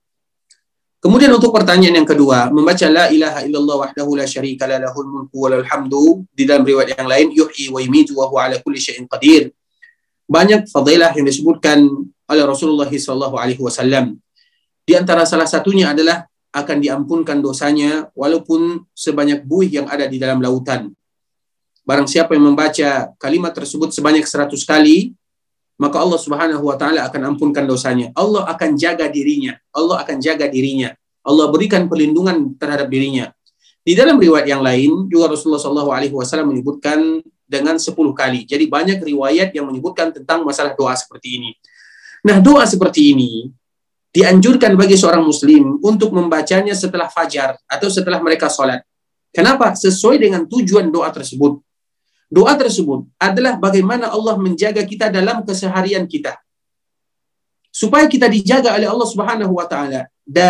Kemudian untuk pertanyaan yang kedua, membaca la ilaha illallah wahdahu la syarika la lahul mulku wa lahul hamdu, di dalam riwayat yang lain yuhyi wa yumiitu wa huwa ala kulli syai'in qadir. Banyak fadilah yang disebutkan oleh Rasulullah SAW. Di antara salah satunya adalah akan diampunkan dosanya walaupun sebanyak buih yang ada di dalam lautan. Barang siapa yang membaca kalimat tersebut sebanyak 100 kali, maka Allah Subhanahu wa taala akan ampunkan dosanya. Allah akan jaga dirinya. Allah akan jaga dirinya. Allah berikan perlindungan terhadap dirinya. Di dalam riwayat yang lain juga Rasulullah SAW menyebutkan dengan 10 kali. Jadi banyak riwayat yang menyebutkan tentang masalah doa seperti ini. Nah, doa seperti ini dianjurkan bagi seorang muslim untuk membacanya setelah fajar atau setelah mereka sholat. Kenapa? Sesuai dengan tujuan doa tersebut. Doa tersebut adalah bagaimana Allah menjaga kita dalam keseharian kita. Supaya kita dijaga oleh Allah Subhanahu wa taala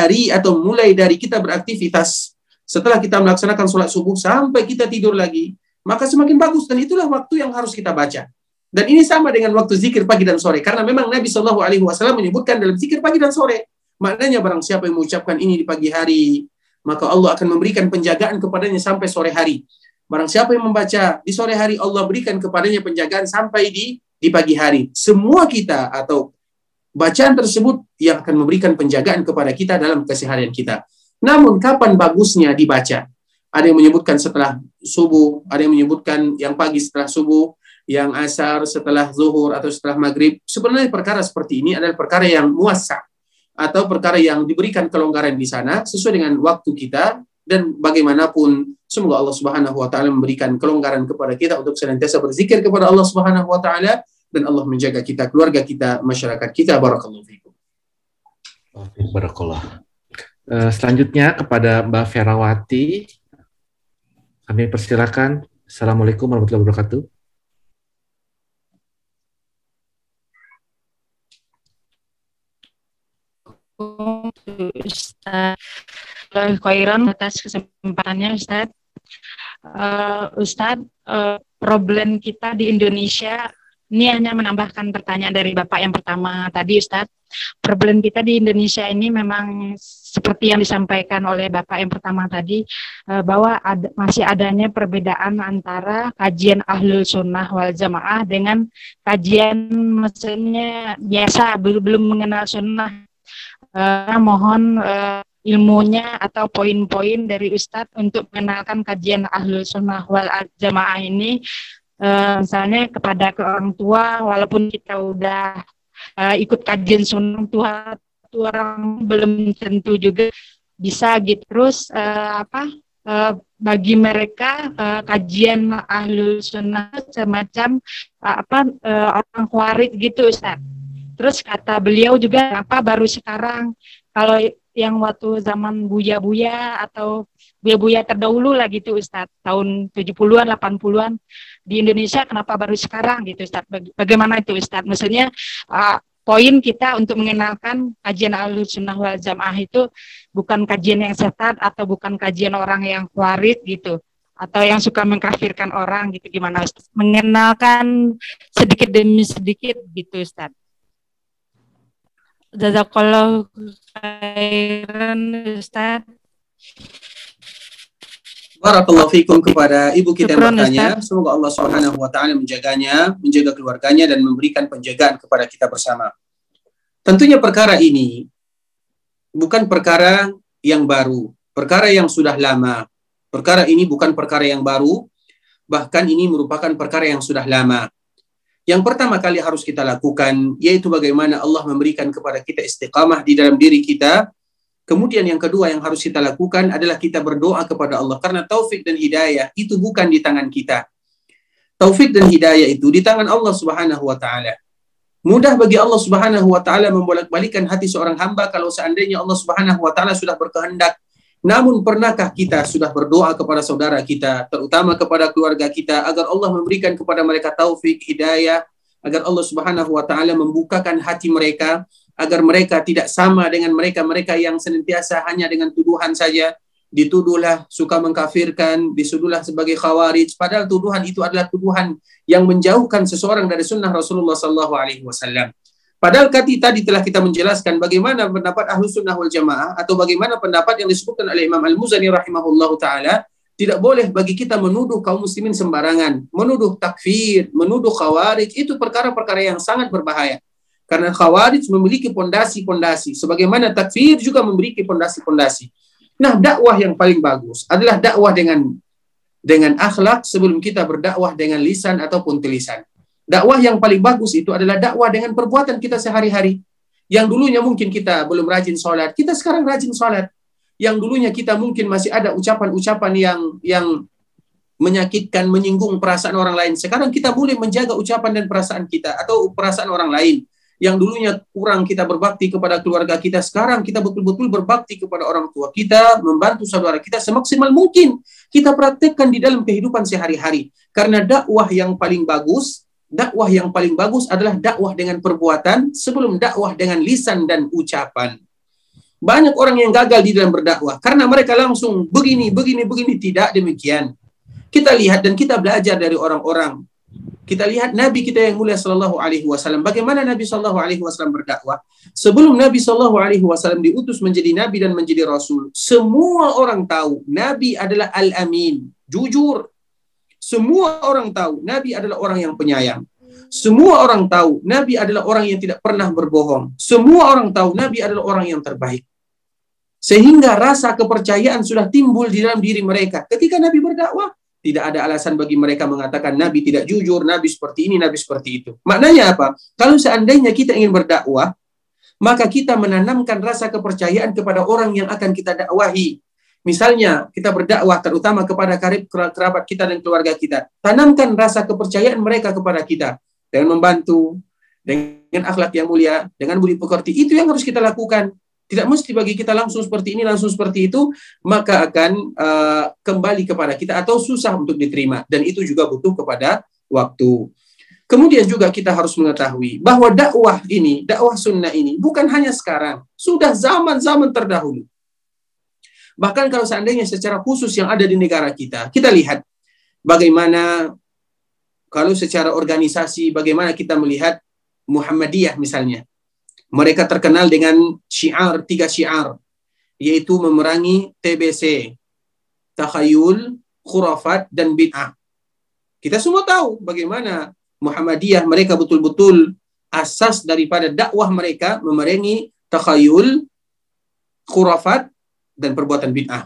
mulai dari kita beraktivitas setelah kita melaksanakan sholat subuh sampai kita tidur lagi, maka semakin bagus, dan itulah waktu yang harus kita baca. Dan ini sama dengan waktu zikir pagi dan sore, karena memang Nabi SAW menyebutkan dalam zikir pagi dan sore, maknanya barang siapa yang mengucapkan ini di pagi hari, maka Allah akan memberikan penjagaan kepadanya sampai sore hari. Barang siapa yang membaca di sore hari, Allah berikan kepadanya penjagaan sampai di pagi hari. Semua kita atau bacaan tersebut yang akan memberikan penjagaan kepada kita dalam keseharian kita. Namun kapan bagusnya dibaca? Ada yang menyebutkan setelah subuh, ada yang menyebutkan yang pagi setelah subuh, yang asar setelah zuhur atau setelah maghrib. Sebenarnya perkara seperti ini adalah perkara yang muassa atau perkara yang diberikan kelonggaran di sana sesuai dengan waktu kita, dan bagaimanapun semoga Allah Subhanahu wa taala memberikan kelonggaran kepada kita untuk senantiasa berzikir kepada Allah Subhanahu wa taala, dan Allah menjaga kita, keluarga kita, masyarakat kita. Barakallahu fikum. Barakallah. Selanjutnya kepada Mbak Ferawati, kami persilakan. Assalamualaikum warahmatullahi wabarakatuh. Ustaz. khairan atas kesempatannya Ustadz. Ustadz, problem kita di Indonesia, ini hanya menambahkan pertanyaan dari Bapak yang pertama tadi Ustadz. Problem kita di Indonesia ini memang seperti yang disampaikan oleh Bapak yang pertama tadi, bahwa masih adanya perbedaan antara kajian Ahlul Sunnah wal Jamaah dengan kajian maksudnya biasa, belum mengenal sunnah. Mohon ilmunya atau poin-poin dari Ustadz untuk mengenalkan kajian Ahlul Sunnah wal Jamaah ini, misalnya kepada orang tua, walaupun kita udah ikut kajian sunnah tua, orang belum tentu juga bisa gitu. Terus bagi mereka kajian Ahlul Sunnah semacam orang khawarij gitu Ustadz. Terus kata beliau juga baru sekarang, kalau yang waktu zaman Buya-Buya atau Buya-Buya terdahulu lah gitu Ustadz, tahun 70-an, 80-an di Indonesia, kenapa baru sekarang gitu Ustadz? Bagaimana itu Ustadz? Maksudnya poin kita untuk mengenalkan kajian Ahlus Sunnah wal Jamaah itu bukan kajian yang sesat atau bukan kajian orang yang khawarij gitu, atau yang suka mengkafirkan orang gitu, gimana Ustadz? Mengenalkan sedikit demi sedikit gitu Ustadz. Jazakallahu khairan Ustaz. Barakallahu fikum kepada ibu kita yang bertanya. Semoga Allah Subhanahu wa taala menjaganya, menjaga keluarganya dan memberikan penjagaan kepada kita bersama. Tentunya perkara ini bukan perkara yang baru, perkara yang sudah lama. Perkara ini bukan perkara yang baru, bahkan ini merupakan perkara yang sudah lama. Yang pertama kali harus kita lakukan yaitu bagaimana Allah memberikan kepada kita istiqamah di dalam diri kita. Kemudian yang kedua yang harus kita lakukan adalah kita berdoa kepada Allah, karena taufik dan hidayah itu bukan di tangan kita. Taufik dan hidayah itu di tangan Allah Subhanahu wa taala. Mudah bagi Allah Subhanahu wa taala membolak-balikan hati seorang hamba kalau seandainya Allah Subhanahu wa taala sudah berkehendak. Namun pernahkah kita sudah berdoa kepada saudara kita, terutama kepada keluarga kita, agar Allah memberikan kepada mereka taufik, hidayah, agar Allah Subhanahu wa taala membukakan hati mereka, agar mereka tidak sama dengan mereka-mereka yang senantiasa hanya dengan tuduhan saja, dituduhlah suka mengkafirkan, dituduhlah sebagai khawarij, padahal tuduhan itu adalah tuduhan yang menjauhkan seseorang dari sunnah Rasulullah SAW. Padahal tadi telah kita menjelaskan bagaimana pendapat Ahlus Sunnah wal Jamaah, atau bagaimana pendapat yang disebutkan oleh Imam Al-Muzani rahimahullahu ta'ala. Tidak boleh bagi kita menuduh kaum muslimin sembarangan, menuduh takfir, menuduh khawarij, itu perkara-perkara yang sangat berbahaya. Karena khawarij memiliki pondasi-pondasi, sebagaimana takfir juga memiliki pondasi-pondasi. Nah, dakwah yang paling bagus adalah dakwah dengan akhlak sebelum kita berdakwah dengan lisan ataupun tulisan. Dakwah yang paling bagus itu adalah dakwah dengan perbuatan kita sehari-hari. Yang dulunya mungkin kita belum rajin sholat, kita sekarang rajin sholat. Yang dulunya kita mungkin masih ada ucapan-ucapan yang menyakitkan, menyinggung perasaan orang lain. Sekarang kita mulai menjaga ucapan dan perasaan kita atau perasaan orang lain. Yang dulunya kurang kita berbakti kepada keluarga kita, sekarang kita betul-betul berbakti kepada orang tua kita, membantu saudara kita semaksimal mungkin kita praktekkan di dalam kehidupan sehari-hari. Karena dakwah yang paling bagus adalah dakwah dengan perbuatan sebelum dakwah dengan lisan dan ucapan. Banyak orang yang gagal di dalam berdakwah karena mereka langsung begini. Tidak demikian. Kita lihat dan kita belajar dari orang-orang. Kita lihat Nabi kita yang mulia sallallahu alaihi wasallam. Bagaimana Nabi sallallahu alaihi wasallam berdakwah? Sebelum Nabi sallallahu alaihi wasallam diutus menjadi nabi dan menjadi rasul, semua orang tahu Nabi adalah al-amin, jujur. Semua orang tahu Nabi adalah orang yang penyayang. Semua orang tahu Nabi adalah orang yang tidak pernah berbohong. Semua orang tahu Nabi adalah orang yang terbaik. Sehingga rasa kepercayaan sudah timbul di dalam diri mereka. Ketika Nabi berdakwah, tidak ada alasan bagi mereka mengatakan Nabi tidak jujur, Nabi seperti ini, Nabi seperti itu. Maknanya apa? Kalau seandainya kita ingin berdakwah, maka kita menanamkan rasa kepercayaan kepada orang yang akan kita dakwahi. Misalnya kita berdakwah terutama kepada kerabat kita dan keluarga kita. Tanamkan rasa kepercayaan mereka kepada kita dengan membantu, dengan akhlak yang mulia, dengan budi pekerti. Itu yang harus kita lakukan. Tidak mesti bagi kita langsung seperti ini, langsung seperti itu, maka akan kembali kepada kita atau susah untuk diterima. Dan itu juga butuh kepada waktu. Kemudian juga kita harus mengetahui bahwa dakwah sunnah ini bukan hanya sekarang, sudah zaman-zaman terdahulu. Bahkan kalau seandainya secara khusus yang ada di negara kita, kita lihat bagaimana kalau secara organisasi, bagaimana kita melihat Muhammadiyah misalnya. Mereka terkenal dengan syiar, 3 syiar, yaitu memerangi TBC, takhayul, khurafat, dan bid'ah. Kita semua tahu bagaimana Muhammadiyah, mereka betul-betul asas daripada dakwah mereka memerangi takhayul, khurafat, dan perbuatan bid'ah.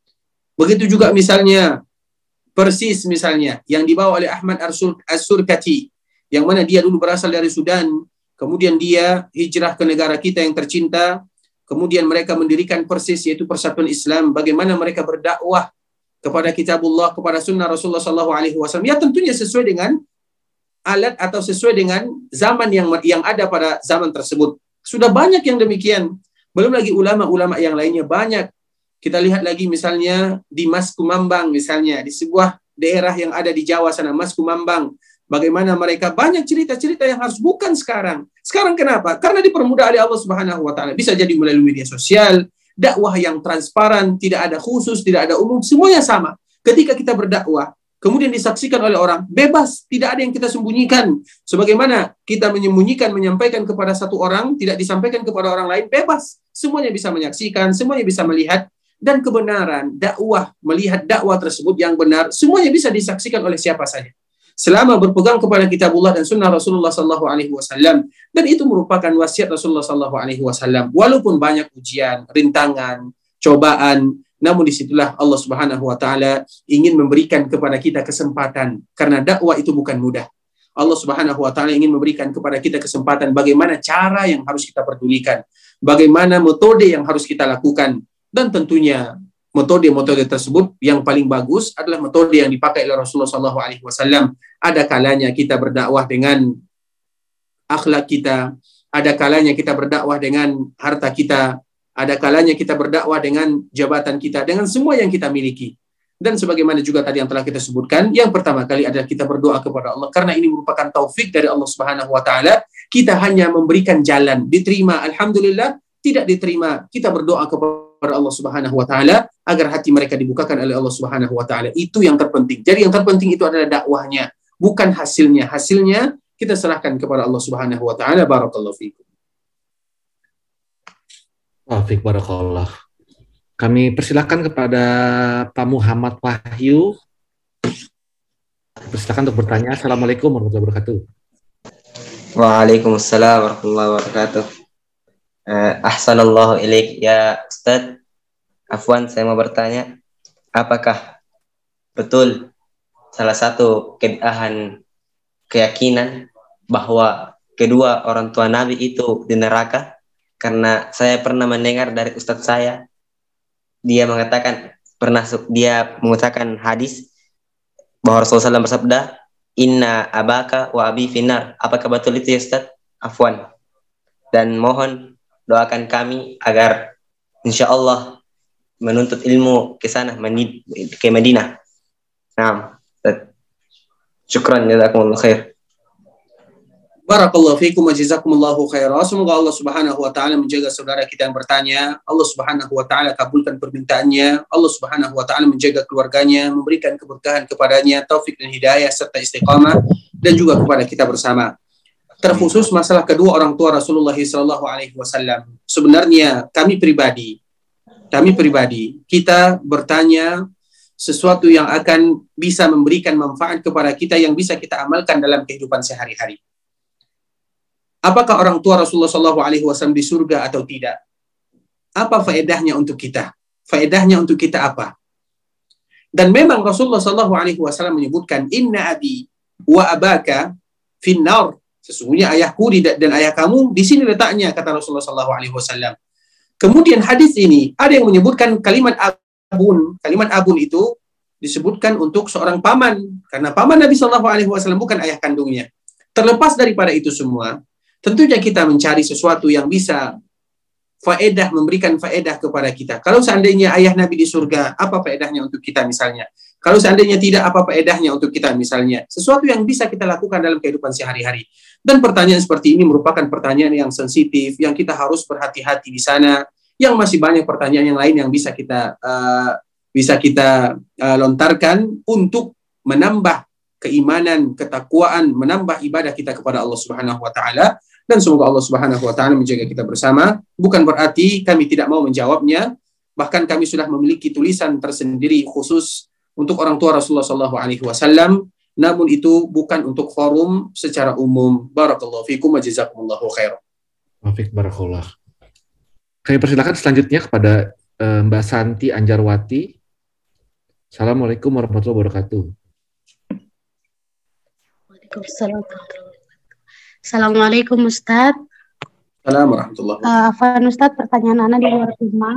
Begitu juga misalnya Persis misalnya, yang dibawa oleh Ahmad As-Surkati, yang mana dia dulu berasal dari Sudan, kemudian dia hijrah ke negara kita yang tercinta, kemudian mereka mendirikan Persis, yaitu Persatuan Islam. Bagaimana mereka berdakwah kepada kitabullah, kepada sunnah Rasulullah SAW, ya tentunya sesuai dengan alat atau sesuai dengan zaman yang ada pada zaman tersebut. Sudah banyak yang demikian. Belum lagi ulama-ulama yang lainnya banyak. Kita lihat lagi misalnya di Mas Kumambang misalnya, di sebuah daerah yang ada di Jawa sana, Mas Kumambang. Bagaimana mereka banyak cerita-cerita yang harus bukan sekarang. Sekarang kenapa? Karena dipermudah oleh Allah Subhanahu wa taala. Bisa jadi melalui media sosial, dakwah yang transparan, tidak ada khusus, tidak ada umum, semuanya sama. Ketika kita berdakwah, kemudian disaksikan oleh orang, bebas, tidak ada yang kita sembunyikan. Sebagaimana kita menyembunyikan, menyampaikan kepada satu orang, tidak disampaikan kepada orang lain, bebas. Semuanya bisa menyaksikan, semuanya bisa melihat. Dan kebenaran dakwah, melihat dakwah tersebut yang benar, semuanya bisa disaksikan oleh siapa saja. Selama berpegang kepada kitabullah dan sunnah Rasulullah SAW. Dan itu merupakan wasiat Rasulullah SAW. Walaupun banyak ujian, rintangan, cobaan, namun disitulah Allah Subhanahu wa taala ingin memberikan kepada kita kesempatan, karena dakwah itu bukan mudah. Allah Subhanahu wa taala ingin memberikan kepada kita kesempatan bagaimana cara yang harus kita pedulikan, bagaimana metode yang harus kita lakukan, dan tentunya metode-metode tersebut yang paling bagus adalah metode yang dipakai oleh Rasulullah SAW. Ada kalanya kita berdakwah dengan akhlak kita, ada kalanya kita berdakwah dengan harta kita, ada kalanya kita berdakwah dengan jabatan kita, dengan semua yang kita miliki. Dan sebagaimana juga tadi yang telah kita sebutkan, yang pertama kali adalah kita berdoa kepada Allah, karena ini merupakan taufik dari Allah Subhanahu wa taala. Kita hanya memberikan jalan, diterima alhamdulillah, tidak diterima kita berdoa kepada Allah Subhanahu wa taala agar hati mereka dibukakan oleh Allah Subhanahu wa taala. Itu yang terpenting. Jadi yang terpenting itu adalah dakwahnya, bukan hasilnya. Hasilnya kita serahkan kepada Allah Subhanahu wa taala. Barakallahu fiikum. Wafik barakallah. Kami persilakan kepada Pak Muhammad Wahyu. Persilakan untuk bertanya. Assalamualaikum warahmatullahi wabarakatuh. Waalaikumsalam warahmatullahi wabarakatuh. Ahsanallahu ilaik ya Ustadz. Afwan, saya mau bertanya, apakah betul salah satu keyakinan bahwa kedua orang tua Nabi itu di neraka? Karena saya pernah mendengar dari Ustadz saya, dia mengucapkan hadis bahwa Rasulullah SAW bersabda, Inna abaka wa abi finnar. Apakah betul itu ya Ustadz? Afwan. Dan mohon doakan kami agar insya Allah menuntut ilmu ke sana, ke Madinah. Nah, syukran jazakumullah khair. Barakallahu fiikum wa jazakumullahu khairan. Semoga Allah Subhanahu wa taala menjaga saudara kita yang bertanya. Allah Subhanahu wa taala kabulkan permintaannya. Allah Subhanahu wa taala menjaga keluarganya, memberikan keberkahan kepadanya, taufik dan hidayah serta istiqamah, dan juga kepada kita bersama. Terkhusus masalah kedua orang tua Rasulullah SAW. Sebenarnya kami pribadi kita bertanya sesuatu yang akan bisa memberikan manfaat kepada kita, yang bisa kita amalkan dalam kehidupan sehari-hari. Apakah orang tua Rasulullah SAW di surga atau tidak? Apa faedahnya untuk kita? Faedahnya untuk kita apa? Dan memang Rasulullah SAW menyebutkan, Inna abi wa abaka finnar. Sesungguhnya ayahku dan ayah kamu di sini letaknya, kata Rasulullah SAW. Kemudian hadis ini ada yang menyebutkan kalimat abun. Kalimat abun itu disebutkan untuk seorang paman, karena paman Nabi SAW bukan ayah kandungnya. Terlepas daripada itu semua, tentunya kita mencari sesuatu yang bisa memberikan faedah kepada kita. Kalau seandainya ayah Nabi di surga, apa faedahnya untuk kita misalnya? Kalau seandainya tidak, apa faedahnya untuk kita misalnya? Sesuatu yang bisa kita lakukan dalam kehidupan sehari-hari. Dan pertanyaan seperti ini merupakan pertanyaan yang sensitif, yang kita harus berhati-hati di sana. yang masih banyak pertanyaan yang lain yang bisa kita lontarkan untuk menambah keimanan, ketakwaan, menambah ibadah kita kepada Allah Subhanahu wa taala, dan semoga Allah Subhanahu wa taala menjaga kita bersama. Bukan berarti kami tidak mau menjawabnya, bahkan kami sudah memiliki tulisan tersendiri khusus untuk orang tua Rasulullah sallallahu alaihi wasallam, namun itu bukan untuk forum secara umum. Barakallahu fikum wa jazakumullahu khairan. Wafik barakallah. Kami persilakan selanjutnya kepada Mbak Santi Anjarwati. Assalamualaikum warahmatullahi wabarakatuh. Assalamualaikum Ustadz. Assalamualaikum warahmatullahi wabarakatuh. Afwan Ustadz, pertanyaan Ana di luar tema.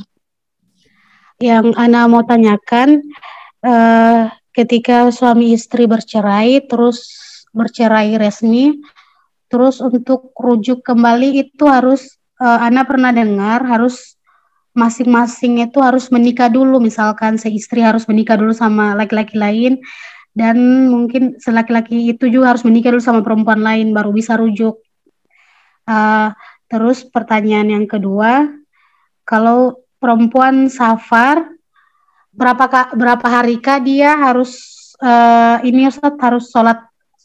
Yang Ana mau tanyakan, ketika suami istri bercerai, terus bercerai resmi, terus untuk rujuk kembali itu harus, Ana pernah dengar harus masing-masing itu harus menikah dulu, misalkan seistri harus menikah dulu sama laki-laki lain, dan mungkin laki-laki itu juga harus menikah dulu sama perempuan lain baru bisa rujuk. Terus pertanyaan yang kedua, kalau perempuan safar, berapa harikah dia harus ini Ustaz, harus sholat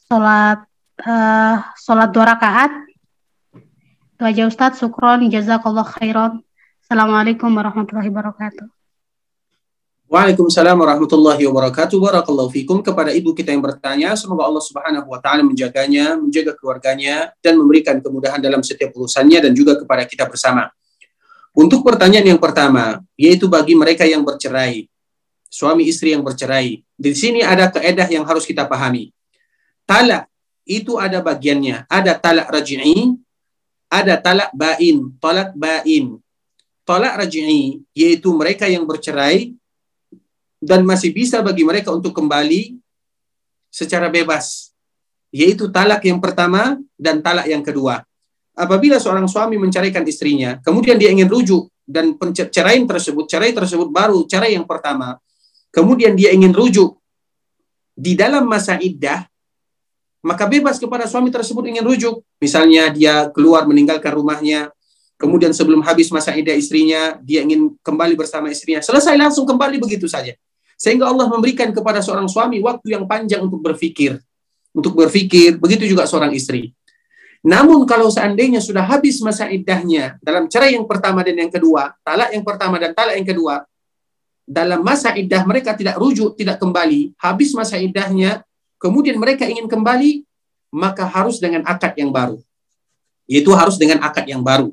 2 rakaat? Itu aja Ustaz, syukron, jazakallah khairan. Assalamualaikum warahmatullahi wabarakatuh. Waalaikumsalam warahmatullahi wabarakatuh. Barakallahu fikum. Kepada ibu kita yang bertanya, semoga Allah Subhanahu wa taala menjaganya, menjaga keluarganya, dan memberikan kemudahan dalam setiap urusannya, dan juga kepada kita bersama. Untuk pertanyaan yang pertama, yaitu bagi mereka yang bercerai, suami istri yang bercerai, di sini ada kaedah yang harus kita pahami. Talak itu ada bagiannya, ada talak raj'i, ada talak bain, talak bain. Talak raj'i yaitu mereka yang bercerai dan masih bisa bagi mereka untuk kembali secara bebas, yaitu talak yang pertama dan talak yang kedua. Apabila seorang suami menceraikan istrinya, kemudian dia ingin rujuk, dan cerai tersebut baru cerai yang pertama, kemudian dia ingin rujuk di dalam masa iddah, maka bebas kepada suami tersebut ingin rujuk. Misalnya dia keluar meninggalkan rumahnya, kemudian sebelum habis masa iddah istrinya, dia ingin kembali bersama istrinya, selesai langsung kembali begitu saja. Sehingga Allah memberikan kepada seorang suami waktu yang panjang untuk berpikir, begitu juga seorang istri. Namun kalau seandainya sudah habis masa iddahnya dalam cerai yang pertama dan yang kedua, talak yang pertama dan talak yang kedua, dalam masa iddah mereka tidak rujuk, tidak kembali, habis masa iddahnya, kemudian mereka ingin kembali, maka harus dengan akad yang baru. Yaitu harus dengan akad yang baru.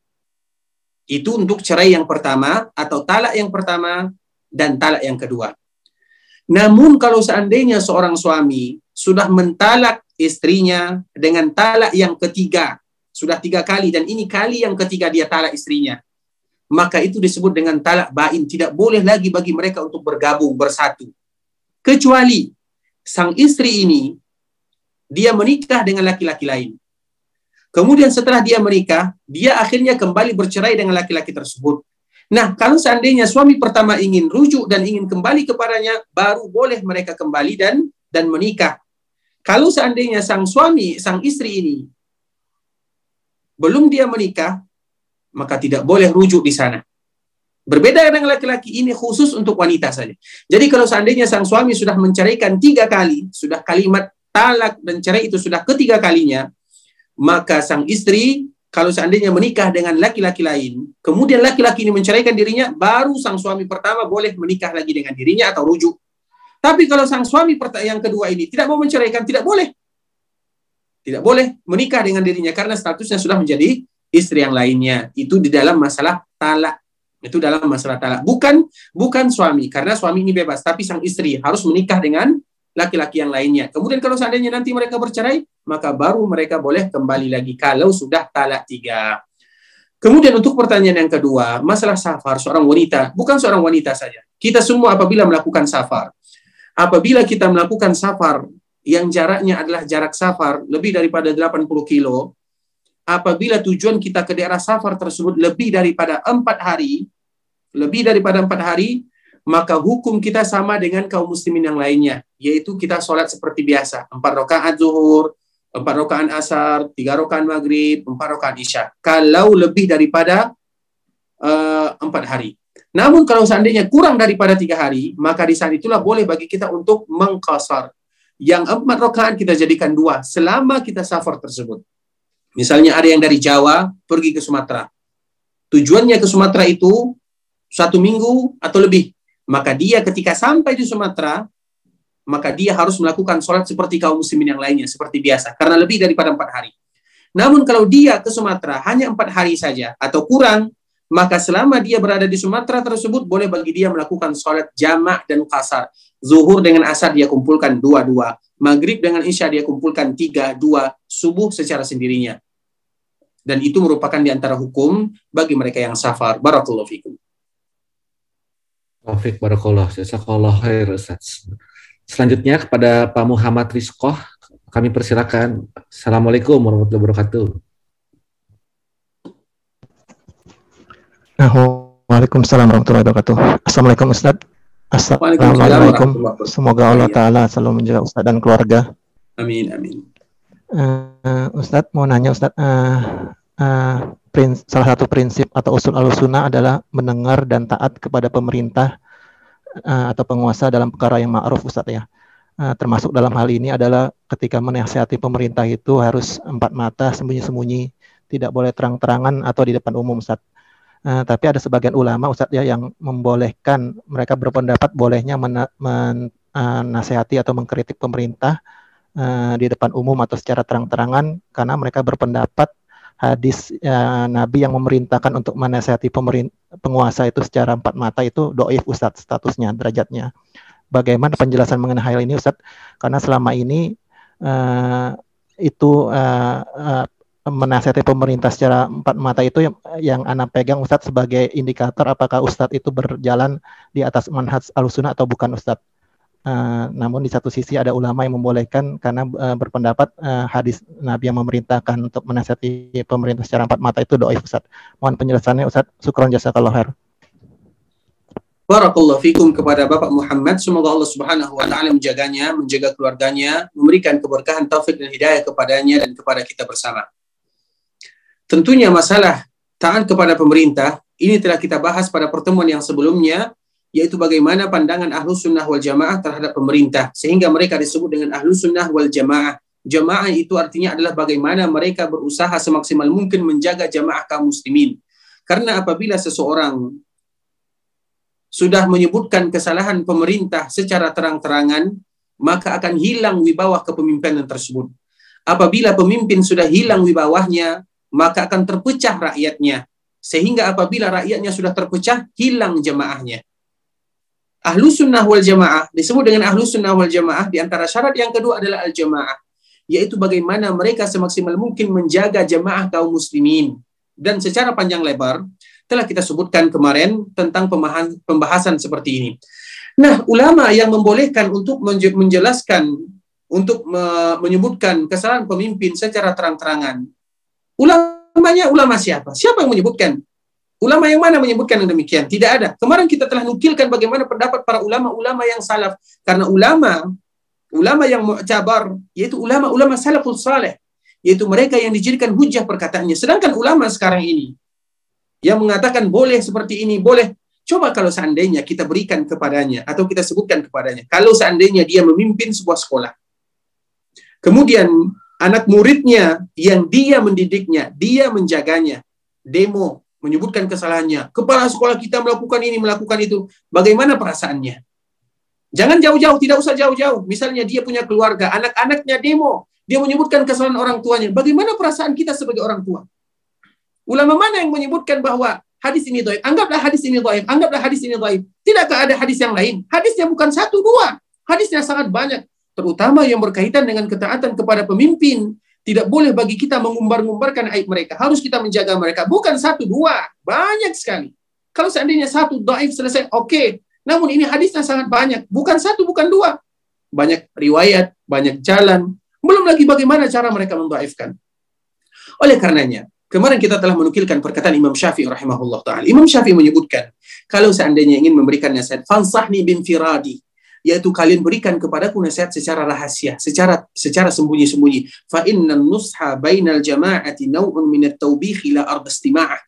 Itu untuk cerai yang pertama atau talak yang pertama dan talak yang kedua. Namun kalau seandainya seorang suami sudah mentalak istrinya dengan talak yang ketiga, sudah 3 kali, dan ini kali yang ketiga dia talak istrinya, maka itu disebut dengan talak bain. Tidak boleh lagi bagi mereka untuk bergabung, bersatu. Kecuali sang istri ini, dia menikah dengan laki-laki lain. Kemudian setelah dia menikah, dia akhirnya kembali bercerai dengan laki-laki tersebut. Nah, kalau seandainya suami pertama ingin rujuk dan ingin kembali kepadanya, baru boleh mereka kembali dan menikah. Kalau seandainya sang istri ini belum dia menikah, maka tidak boleh rujuk di sana. Berbeda dengan laki-laki, ini khusus untuk wanita saja. Jadi kalau seandainya sang suami sudah menceraikan 3 kali, sudah kalimat talak dan cerai itu sudah ketiga kalinya, maka sang istri kalau seandainya menikah dengan laki-laki lain, kemudian laki-laki ini menceraikan dirinya, baru sang suami pertama boleh menikah lagi dengan dirinya atau rujuk. Tapi kalau sang suami yang kedua ini tidak mau menceraikan, tidak boleh. Tidak boleh menikah dengan dirinya karena statusnya sudah menjadi istri yang lainnya. Itu di dalam masalah talak. Itu dalam masalah talak. Bukan suami, karena suami ini bebas, tapi sang istri harus menikah dengan laki-laki yang lainnya. Kemudian kalau seandainya nanti mereka bercerai, maka baru mereka boleh kembali lagi kalau sudah talak 3. Kemudian untuk pertanyaan yang kedua, masalah safar seorang wanita, bukan seorang wanita saja. Kita semua apabila melakukan safar, apabila kita melakukan safar yang jaraknya adalah jarak safar lebih daripada 80 kilo, apabila tujuan kita ke daerah safar tersebut lebih daripada 4 hari, maka hukum kita sama dengan kaum muslimin yang lainnya, yaitu kita sholat seperti biasa, 4 rakaat zuhur, 4 rakaat asar, 3 rakaat maghrib, 4 rakaat isya. Kalau lebih daripada 4 hari. Namun kalau seandainya kurang daripada 3 hari, maka di saat itulah boleh bagi kita untuk mengqasar. Yang 4 rakaat kita jadikan 2 selama kita safar tersebut. Misalnya ada yang dari Jawa pergi ke Sumatera. Tujuannya ke Sumatera itu 1 minggu atau lebih. Maka dia ketika sampai di Sumatera, maka dia harus melakukan sholat seperti kaum muslimin yang lainnya, seperti biasa. Karena lebih daripada 4 hari. Namun kalau dia ke Sumatera hanya 4 hari saja atau kurang, maka selama dia berada di Sumatera tersebut, boleh bagi dia melakukan sholat jamak dan qasar. Zuhur dengan asar dia kumpulkan 2-2. Maghrib dengan isya dia kumpulkan 3-2. Subuh secara sendirinya. Dan itu merupakan di antara hukum bagi mereka yang safar. Barakallahu fikum. Taufik barakallah. Jazakallah khair Ustaz. Selanjutnya kepada Pak Muhammad Rizkoh, kami persilakan. Assalamualaikum warahmatullahi wabarakatuh. Waalaikumsalam warahmatullahi wabarakatuh. Assalamualaikum Ustaz. Assalamualaikum. Semoga Allah Ta'ala selalu menjaga Ustaz dan keluarga. Amin, amin. Ustaz mau nanya Ustaz, salah satu prinsip atau usul Ahlussunnah adalah mendengar dan taat kepada pemerintah atau penguasa dalam perkara yang ma'ruf Ustaz ya. Termasuk dalam hal ini adalah ketika menasihati pemerintah itu harus 4 mata, sembunyi-sembunyi, tidak boleh terang-terangan atau di depan umum Ustaz. Tapi ada sebagian ulama Ustaz ya yang membolehkan, mereka berpendapat bolehnya menasihati atau mengkritik pemerintah di depan umum atau secara terang-terangan, karena mereka berpendapat hadis Nabi yang memerintahkan untuk menasihati penguasa itu secara 4 mata itu dhaif Ustaz, statusnya, derajatnya. Bagaimana penjelasan mengenai hal ini Ustaz? Karena selama ini menasihati pemerintah secara 4 mata itu yang Ana pegang Ustadz sebagai indikator apakah Ustadz itu berjalan di atas manhaj Ahlussunnah atau bukan Ustadz. Namun di satu sisi ada ulama yang membolehkan karena berpendapat hadis Nabi yang memerintahkan untuk menasihati pemerintah secara 4 mata itu dhaif Ustadz. Mohon penjelasannya Ustadz. Syukran jazakallahu khair. Barakallahu fikum kepada Bapak Muhammad. Semoga Allah Subhanahu wa taala menjaganya, menjaga keluarganya, memberikan keberkahan, taufik dan hidayah kepadanya dan kepada kita bersama. Tentunya masalah taat kepada pemerintah ini telah kita bahas pada pertemuan yang sebelumnya, yaitu bagaimana pandangan Ahlussunnah wal Jamaah terhadap pemerintah, sehingga mereka disebut dengan Ahlussunnah wal Jamaah. Jamaah itu artinya adalah bagaimana mereka berusaha semaksimal mungkin menjaga jamaah kaum muslimin. Karena apabila seseorang sudah menyebutkan kesalahan pemerintah secara terang-terangan, maka akan hilang wibawa kepemimpinan tersebut. Apabila pemimpin sudah hilang wibawahnya, maka akan terpecah rakyatnya. Sehingga apabila rakyatnya sudah terpecah, hilang jamaahnya. Ahlussunnah wal Jamaah disebut dengan Ahlussunnah wal Jamaah, di antara syarat yang kedua adalah al-jamaah, yaitu bagaimana mereka semaksimal mungkin menjaga jamaah kaum muslimin. Dan secara panjang lebar telah kita sebutkan kemarin tentang pembahasan seperti ini. Nah, ulama yang membolehkan untuk menjelaskan, untuk menyebutkan kesalahan pemimpin secara terang-terangan, ulamanya ulama siapa? Siapa yang menyebutkan? Ulama yang mana menyebutkan yang demikian? Tidak ada. Kemarin kita telah nukilkan bagaimana pendapat para ulama-ulama yang salaf. Karena ulama yang mu'tabar, yaitu ulama-ulama salafus saleh, yaitu mereka yang dijadikan hujah perkataannya. Sedangkan ulama sekarang ini yang mengatakan boleh seperti ini, boleh. Coba kalau seandainya kita berikan kepadanya atau kita sebutkan kepadanya, kalau seandainya dia memimpin sebuah sekolah, kemudian anak muridnya yang dia mendidiknya, dia menjaganya, demo, menyebutkan kesalahannya, kepala sekolah kita melakukan ini, melakukan itu, bagaimana perasaannya? Jangan jauh-jauh, tidak usah jauh-jauh. Misalnya dia punya keluarga, anak-anaknya demo, dia menyebutkan kesalahan orang tuanya, bagaimana perasaan kita sebagai orang tua? Ulama mana yang menyebutkan bahwa hadis ini dhaif? Anggaplah hadis ini dhaif, anggaplah hadis ini dhaif. Tidakkah ada hadis yang lain? Hadisnya bukan 1, 2, hadisnya sangat banyak. Terutama yang berkaitan dengan ketaatan kepada pemimpin. Tidak boleh bagi kita mengumbar-ngumbarkan aib mereka. Harus kita menjaga mereka. Bukan 1, 2. Banyak sekali. Kalau seandainya 1 dhaif selesai, oke. Namun ini hadisnya sangat banyak. Bukan 1, bukan 2. Banyak riwayat, banyak jalan. Belum lagi bagaimana cara mereka mendhaifkan. Oleh karenanya, kemarin kita telah menukilkan perkataan Imam Syafi'i rahimahullah ta'ala. Imam Syafi'i menyebutkan, kalau seandainya ingin memberikan nasihat, fansahni bin firadi, yaitu kalian berikan kepadaku nasihat secara rahasia, secara sembunyi-sembunyi. Fa innan nusha bainal jama'ati naw'un min at-tawbih ila ard istima'ah.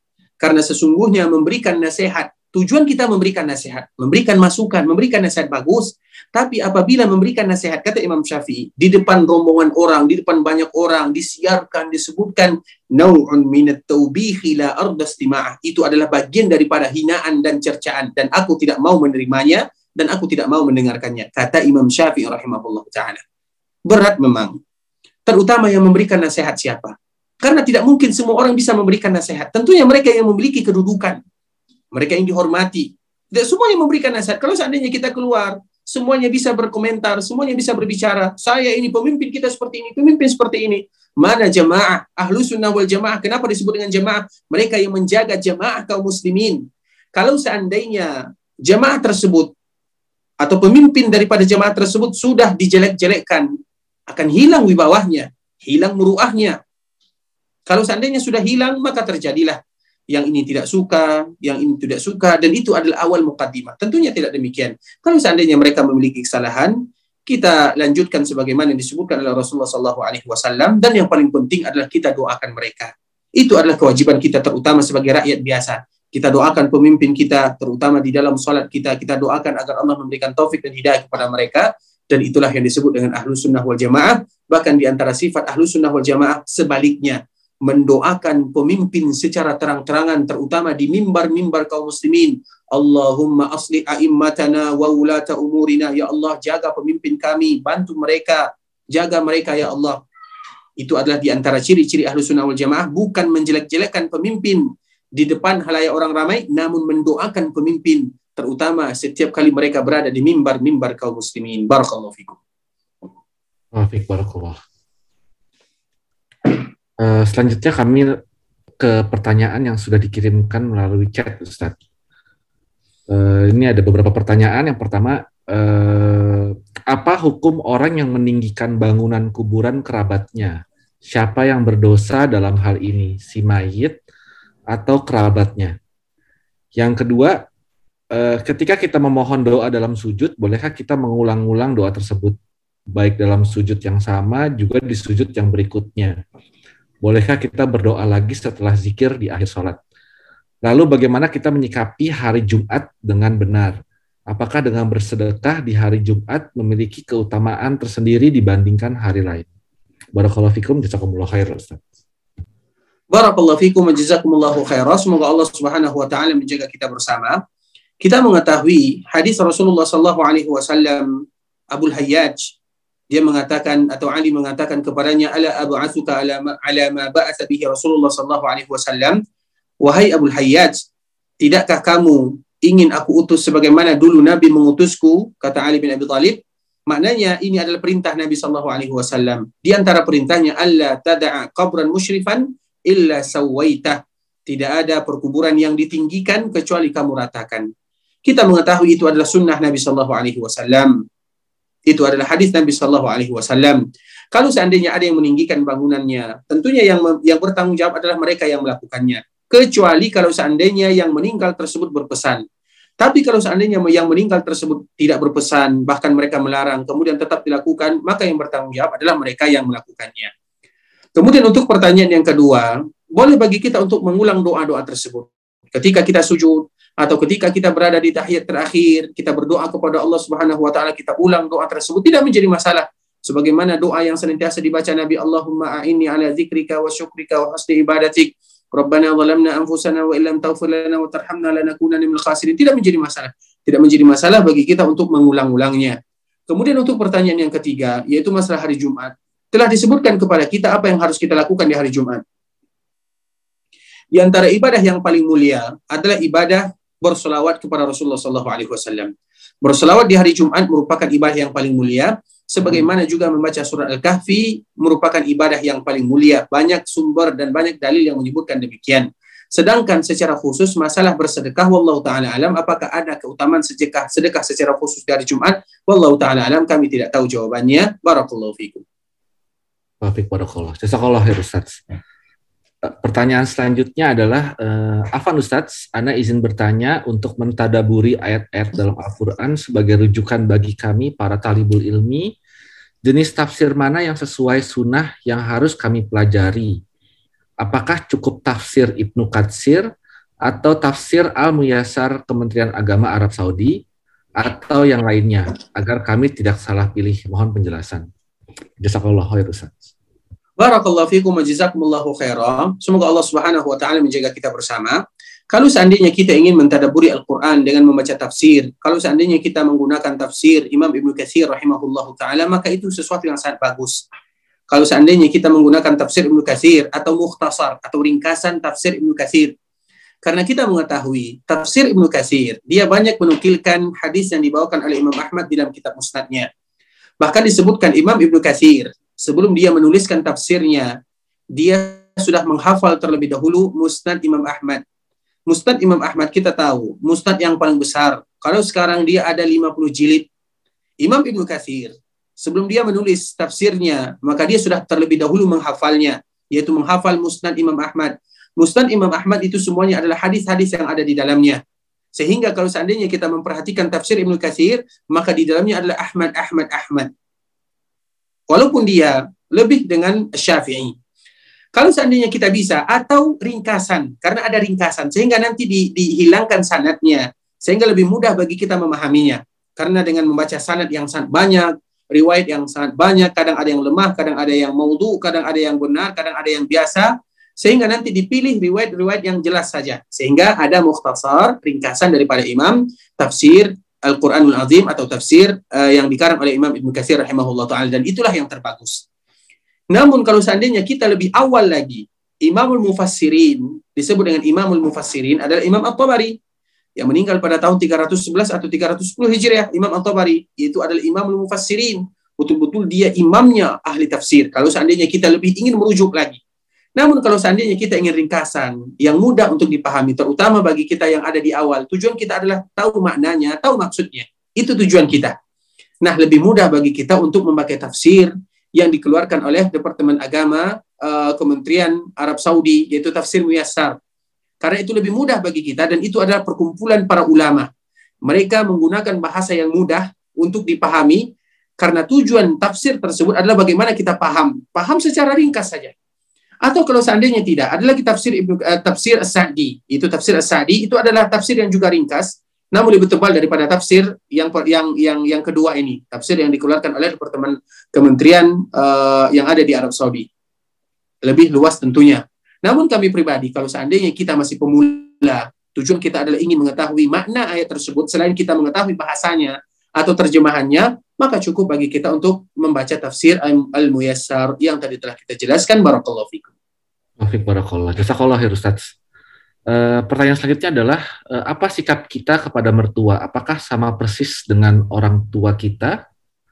Karena sesungguhnya memberikan nasihat, tujuan kita memberikan nasihat, memberikan masukan, memberikan nasihat bagus. Tapi apabila memberikan nasihat, kata Imam Syafi'i, di depan rombongan orang, di depan banyak orang, disiarkan, disebutkan, nau'un minat taubihi la arda istima'ah. Itu adalah bagian daripada hinaan dan cercaan. Dan aku tidak mau menerimanya, dan aku tidak mau mendengarkannya. Kata Imam Syafi'i rahimahullah ta'ala. Berat memang. Terutama yang memberikan nasihat siapa? Karena tidak mungkin semua orang bisa memberikan nasihat. Tentunya mereka yang memiliki kedudukan. Mereka yang dihormati. Tidak semuanya memberikan nasihat. Kalau seandainya kita keluar, semuanya bisa berkomentar, semuanya bisa berbicara. Saya ini pemimpin kita seperti ini, pemimpin seperti ini. Mana jamaah? Ahlus sunnah wal jamaah. Kenapa disebut dengan jamaah? Mereka yang menjaga jamaah kaum muslimin. Kalau seandainya jamaah tersebut atau pemimpin daripada jamaah tersebut sudah dijelek-jelekkan, akan hilang wibawahnya, hilang muruahnya. Kalau seandainya sudah hilang, maka terjadilah yang ini tidak suka, yang ini tidak suka, dan itu adalah awal muqaddimah. Tentunya tidak demikian. Kalau seandainya mereka memiliki kesalahan, kita lanjutkan sebagaimana yang disebutkan oleh Rasulullah SAW, dan yang paling penting adalah kita doakan mereka. Itu adalah kewajiban kita, terutama sebagai rakyat biasa. Kita doakan pemimpin kita, terutama di dalam salat kita doakan agar Allah memberikan taufik dan hidayah kepada mereka, dan itulah yang disebut dengan Ahlus Sunnah wal Jamaah. Bahkan di antara sifat Ahlus Sunnah wal Jamaah sebaliknya, mendoakan pemimpin secara terang-terangan, terutama di mimbar-mimbar kaum muslimin. Allahumma aslih a'immatana wa ulata umurina. Ya Allah, jaga pemimpin kami, bantu mereka, jaga mereka ya Allah. Itu adalah di antara ciri-ciri Ahlus Sunnah wal Jamaah, bukan menjelek-jelekkan pemimpin di depan halayak orang ramai, namun mendoakan pemimpin, terutama setiap kali mereka berada di mimbar-mimbar kaum muslimin. Barakallahu fikum. Barakallahu. Selanjutnya kami ke pertanyaan yang sudah dikirimkan melalui chat, Ustaz. Ini ada beberapa pertanyaan. Yang pertama, apa hukum orang yang meninggikan bangunan kuburan kerabatnya? Siapa yang berdosa dalam hal ini? Si mayit atau kerabatnya? Yang kedua, ketika kita memohon doa dalam sujud, bolehkah kita mengulang-ulang doa tersebut? Baik dalam sujud yang sama, juga di sujud yang berikutnya. Bolehkah kita berdoa lagi setelah zikir di akhir sholat? Lalu bagaimana kita menyikapi hari Jumat dengan benar? Apakah dengan bersedekah di hari Jumat memiliki keutamaan tersendiri dibandingkan hari lain? Barakallahu fikum, jazakumullah khair, Ustaz. Barakallahu fikum, jazakumullahu khairan. Semoga Allah Subhanahu wa taala menjaga kita bersama. Kita mengetahui hadis Rasulullah sallallahu alaihi wasallam, Abul Hayyaj, dia mengatakan, atau Ali mengatakan kepadanya, ala ab'atsuka ala ma ba'atsa bihi Rasulullah sallallahu alaihi wasallam. Wahai Abul Hayyaj, tidakkah kamu ingin aku utus sebagaimana dulu Nabi mengutusku? Kata Ali bin Abi Thalib. Maknanya ini adalah perintah Nabi sallallahu alaihi wasallam. Di antara perintahnya, alla tada'a qabran musyrifan illa sawaitah. Tidak ada perkuburan yang ditinggikan kecuali kamu ratakan. Kita mengetahui itu adalah sunnah Nabi sallallahu alaihi wasallam. Itu adalah hadis Nabi sallallahu alaihi wasallam. Kalau seandainya ada yang meninggikan bangunannya, tentunya yang bertanggung jawab adalah mereka yang melakukannya. Kecuali kalau seandainya yang meninggal tersebut berpesan. Tapi kalau seandainya yang meninggal tersebut tidak berpesan, bahkan mereka melarang, kemudian tetap dilakukan, maka yang bertanggung jawab adalah mereka yang melakukannya. Kemudian untuk pertanyaan yang kedua, boleh bagi kita untuk mengulang doa-doa tersebut. Ketika kita sujud, atau ketika kita berada di tahiyat terakhir, kita berdoa kepada Allah Subhanahu wa taala, kita ulang doa tersebut, tidak menjadi masalah. Sebagaimana doa yang senantiasa dibaca Nabi, Allahumma a'inni ala dzikrika wa syukrika wa husni ibadatik. Rabbana zalamna anfusana wa illam taghfir lana wa tarhamna lanakunanna minal khasirin. Tidak menjadi masalah. Tidak menjadi masalah bagi kita untuk mengulang-ulangnya. Kemudian untuk pertanyaan yang ketiga, yaitu masalah hari Jumat. Telah disebutkan kepada kita apa yang harus kita lakukan di hari Jumat. Di antara ibadah yang paling mulia adalah ibadah bersolawat kepada Rasulullah SAW. Bersolawat di hari Jumat merupakan ibadah yang paling mulia, sebagaimana juga membaca surat Al-Kahfi merupakan ibadah yang paling mulia. Banyak sumber dan banyak dalil yang menyebutkan demikian. Sedangkan secara khusus masalah bersedekah, wallahu ta'ala alam, apakah ada keutamaan sedekah secara khusus di hari Jumat? Wallahu ta'ala alam, kami tidak tahu jawabannya. Barakallahu fikum. Barakallahu. Jazakallah khair, Ustaz. Pertanyaan selanjutnya adalah, Afan Ustaz, Ana izin bertanya untuk mentadaburi ayat-ayat dalam Al-Quran sebagai rujukan bagi kami para talibul ilmi, jenis tafsir mana yang sesuai sunnah yang harus kami pelajari? Apakah cukup tafsir Ibnu Katsir atau tafsir Al-Muyassar Kementerian Agama Arab Saudi, atau yang lainnya, agar kami tidak salah pilih. Mohon penjelasan. Jazakallahu khair, Ustaz. Barakallahu fikum wa jazakumullahu khairan. Semoga Allah Subhanahu wa taala menjaga kita bersama. Kalau seandainya kita ingin mentadabburi Al-Qur'an dengan membaca tafsir, kalau seandainya kita menggunakan tafsir Imam Ibnu Katsir rahimahullahu taala, maka itu sesuatu yang sangat bagus. Kalau seandainya kita menggunakan tafsir Ibnu Katsir atau mukhtasar atau ringkasan tafsir Ibnu Katsir, karena kita mengetahui tafsir Ibnu Katsir, dia banyak menukilkan hadis yang dibawakan oleh Imam Ahmad di dalam kitab Musnadnya. Bahkan disebutkan Imam Ibnu Katsir, sebelum dia menuliskan tafsirnya, dia sudah menghafal terlebih dahulu Musnad Imam Ahmad. Musnad Imam Ahmad kita tahu, Musnad yang paling besar. Kalau sekarang dia ada 50 jilid. Imam Ibnu Katsir, sebelum dia menulis tafsirnya, maka dia sudah terlebih dahulu menghafalnya, yaitu menghafal Musnad Imam Ahmad. Musnad Imam Ahmad itu semuanya adalah hadis-hadis yang ada di dalamnya. Sehingga kalau seandainya kita memperhatikan tafsir Ibnu Katsir, maka di dalamnya adalah Ahmad. Walaupun dia lebih dengan Syafi'i. Kalau seandainya kita bisa, atau ringkasan, karena ada ringkasan, sehingga nanti dihilangkan sanadnya, sehingga lebih mudah bagi kita memahaminya. Karena dengan membaca sanad yang sangat banyak, riwayat yang sangat banyak, kadang ada yang lemah, kadang ada yang maudhu, kadang ada yang benar, kadang ada yang biasa, sehingga nanti dipilih riwayat-riwayat yang jelas saja. Sehingga ada mukhtasar, ringkasan daripada Imam, tafsir Al-Quranul Azim atau tafsir yang dikarang oleh Imam Ibnu Katsir rahimahullah ta'ala, dan itulah yang terbagus. Namun kalau seandainya kita lebih awal lagi, Imamul Mufassirin, disebut dengan Imamul Mufassirin adalah Imam At-Tabari, yang meninggal pada tahun 311 atau 310 Hijriah. Imam At-Tabari, itu adalah Imamul Mufassirin. Betul-betul dia imamnya ahli tafsir. Kalau seandainya kita lebih ingin merujuk lagi. Namun kalau seandainya kita ingin ringkasan yang mudah untuk dipahami, terutama bagi kita yang ada di awal, tujuan kita adalah tahu maknanya, tahu maksudnya. Itu tujuan kita. Nah, lebih mudah bagi kita untuk memakai tafsir yang dikeluarkan oleh Departemen Agama Kementerian Arab Saudi, yaitu tafsir Muyassar. Karena itu lebih mudah bagi kita, dan itu adalah perkumpulan para ulama. Mereka menggunakan bahasa yang mudah untuk dipahami, karena tujuan tafsir tersebut adalah bagaimana kita paham secara ringkas saja. Atau kalau seandainya tidak, ada lagi tafsir As-Sa'di. Itu tafsir As-Sa'di itu adalah tafsir yang juga ringkas, namun lebih tebal daripada tafsir yang kedua ini, tafsir yang dikeluarkan oleh Departemen Kementerian yang ada di Arab Saudi. Lebih luas tentunya. Namun kami pribadi, kalau seandainya kita masih pemula, tujuan kita adalah ingin mengetahui makna ayat tersebut, selain kita mengetahui bahasanya atau terjemahannya, maka cukup bagi kita untuk membaca tafsir Al-Muyassar yang tadi telah kita jelaskan. Barakallahu fikum. Barakallah. Jazakallah khair, Ustaz. Pertanyaan selanjutnya adalah, apa sikap kita kepada mertua? Apakah sama persis dengan orang tua kita?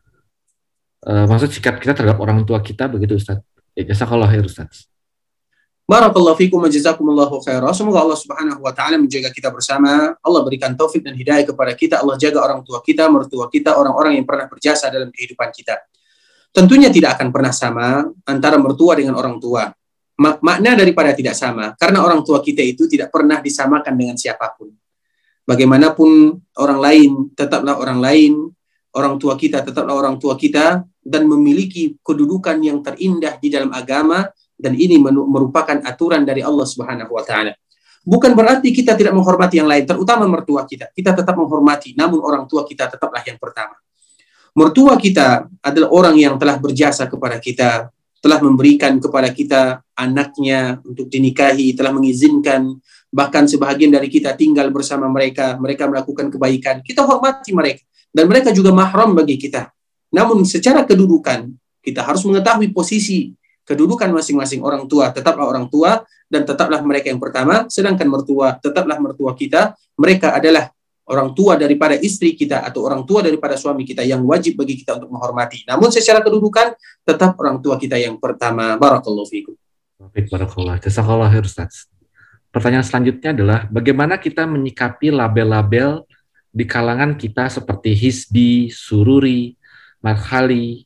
Maksud sikap kita terhadap orang tua kita, begitu Ustaz? Jazakallah khair, Ustaz. Barakallahu fikum wa jazakumullahu khairan. Semoga Allah Subhanahu wa taala menjaga kita bersama. Allah berikan taufik dan hidayah kepada kita. Allah jaga orang tua kita, mertua kita, orang-orang yang pernah berjasa dalam kehidupan kita. Tentunya tidak akan pernah sama antara mertua dengan orang tua. Makna daripada tidak sama, karena orang tua kita itu tidak pernah disamakan dengan siapapun. Bagaimanapun orang lain tetaplah orang lain, orang tua kita tetaplah orang tua kita, dan memiliki kedudukan yang terindah di dalam agama. Dan ini merupakan aturan dari Allah Subhanahu wa taala. Bukan berarti kita tidak menghormati yang lain, terutama mertua kita. Kita tetap menghormati, namun orang tua kita tetaplah yang pertama. Mertua kita adalah orang yang telah berjasa kepada kita, telah memberikan kepada kita anaknya untuk dinikahi, telah mengizinkan, bahkan sebahagian dari kita tinggal bersama mereka, mereka melakukan kebaikan. Kita hormati mereka, dan mereka juga mahram bagi kita. Namun secara kedudukan, kita harus mengetahui posisi kedudukan masing-masing. Orang tua tetaplah orang tua, dan tetaplah mereka yang pertama, sedangkan mertua tetaplah mertua kita. Mereka adalah orang tua daripada istri kita atau orang tua daripada suami kita yang wajib bagi kita untuk menghormati. Namun secara kedudukan tetap orang tua kita yang pertama. Barakallahu fikum. Barakallah. Jazakallah khair, Ustaz. Pertanyaan selanjutnya adalah, bagaimana kita menyikapi label-label di kalangan kita seperti Hizbi, Sururi, Marhali,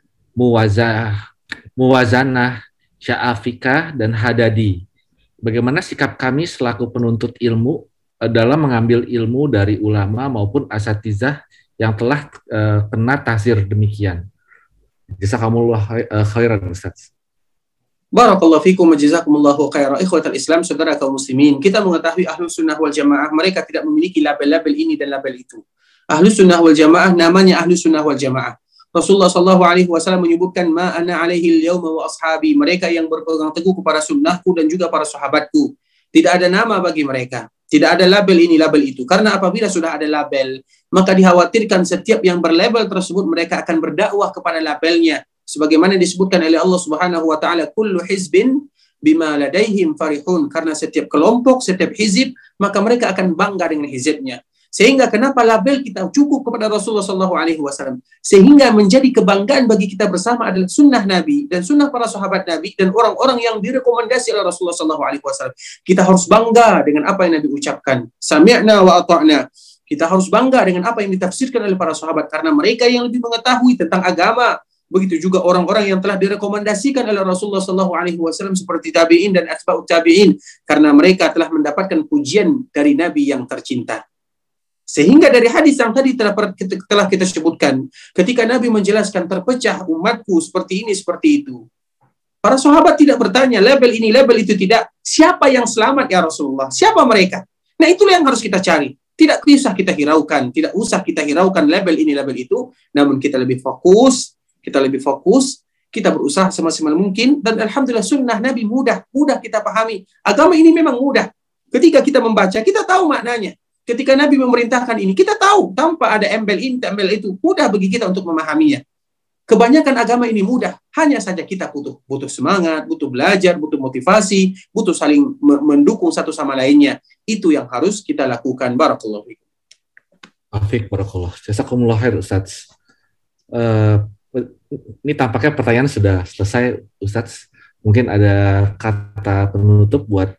Muwazanah, Sya'afikah, dan Hadadi. Bagaimana sikap kami selaku penuntut ilmu dalam mengambil ilmu dari ulama maupun asatizah yang telah kena tafsir demikian? Jazakumullah khairan, Ustaz. Barakallahu fikum wa jazakumullahu khairan. Ikhwatal Islam, saudara kaum muslimin, kita mengetahui Ahlus Sunnah wal Jamaah mereka tidak memiliki label-label ini dan label itu. Ahlus Sunnah wal Jamaah namanya Ahlus Sunnah wal Jamaah. Rasulullah sallallahu alaihi wasallam menyebutkan ma ana alaihi al-yauma wa ashabi, mereka yang berpegang teguh kepada sunnahku dan juga para sahabatku. Tidak ada nama bagi mereka. Tidak ada label ini, label itu. Karena apabila sudah ada label, maka dikhawatirkan setiap yang berlabel tersebut mereka akan berdakwah kepada labelnya. Sebagaimana disebutkan oleh Allah Subhanahu wa taala, kullu hizbin bima ladaihim farihun, karena setiap kelompok, setiap hizib, maka mereka akan bangga dengan hizibnya. Sehingga kenapa label kita cukup kepada Rasulullah sallallahu alaihi wasallam, sehingga menjadi kebanggaan bagi kita bersama adalah sunnah Nabi dan sunnah para sahabat Nabi dan orang-orang yang direkomendasi oleh Rasulullah sallallahu alaihi wasallam. Kita harus bangga dengan apa yang Nabi ucapkan, sami'na wa ata'na. Kita harus bangga dengan apa yang ditafsirkan oleh para sahabat karena mereka yang lebih mengetahui tentang agama. Begitu juga orang-orang yang telah direkomendasikan oleh Rasulullah SAW seperti tabi'in dan asba'ut tabi'in, karena mereka telah mendapatkan pujian dari Nabi yang tercinta. Sehingga dari hadis yang tadi telah kita sebutkan, ketika Nabi menjelaskan terpecah umatku seperti ini, seperti itu, para sahabat tidak bertanya label ini, label itu, tidak. Siapa yang selamat ya Rasulullah? Siapa mereka? Nah, itulah yang harus kita cari. Tidak usah kita hiraukan label ini, label itu, namun kita lebih fokus, kita berusaha semaksimal mungkin, dan alhamdulillah sunnah Nabi mudah kita pahami. Agama ini memang mudah. Ketika kita membaca, kita tahu maknanya. Ketika Nabi memerintahkan ini, kita tahu tanpa ada embel ini, embel itu, mudah bagi kita untuk memahaminya. Kebanyakan agama ini mudah, hanya saja kita butuh semangat, butuh belajar, butuh motivasi, butuh saling mendukung satu sama lainnya. Itu yang harus kita lakukan. Barakallahu fikum. Afik, barakallah. Jazakumullah khair, Ustaz. Ini tampaknya pertanyaan sudah selesai, Ustaz. Mungkin ada kata penutup buat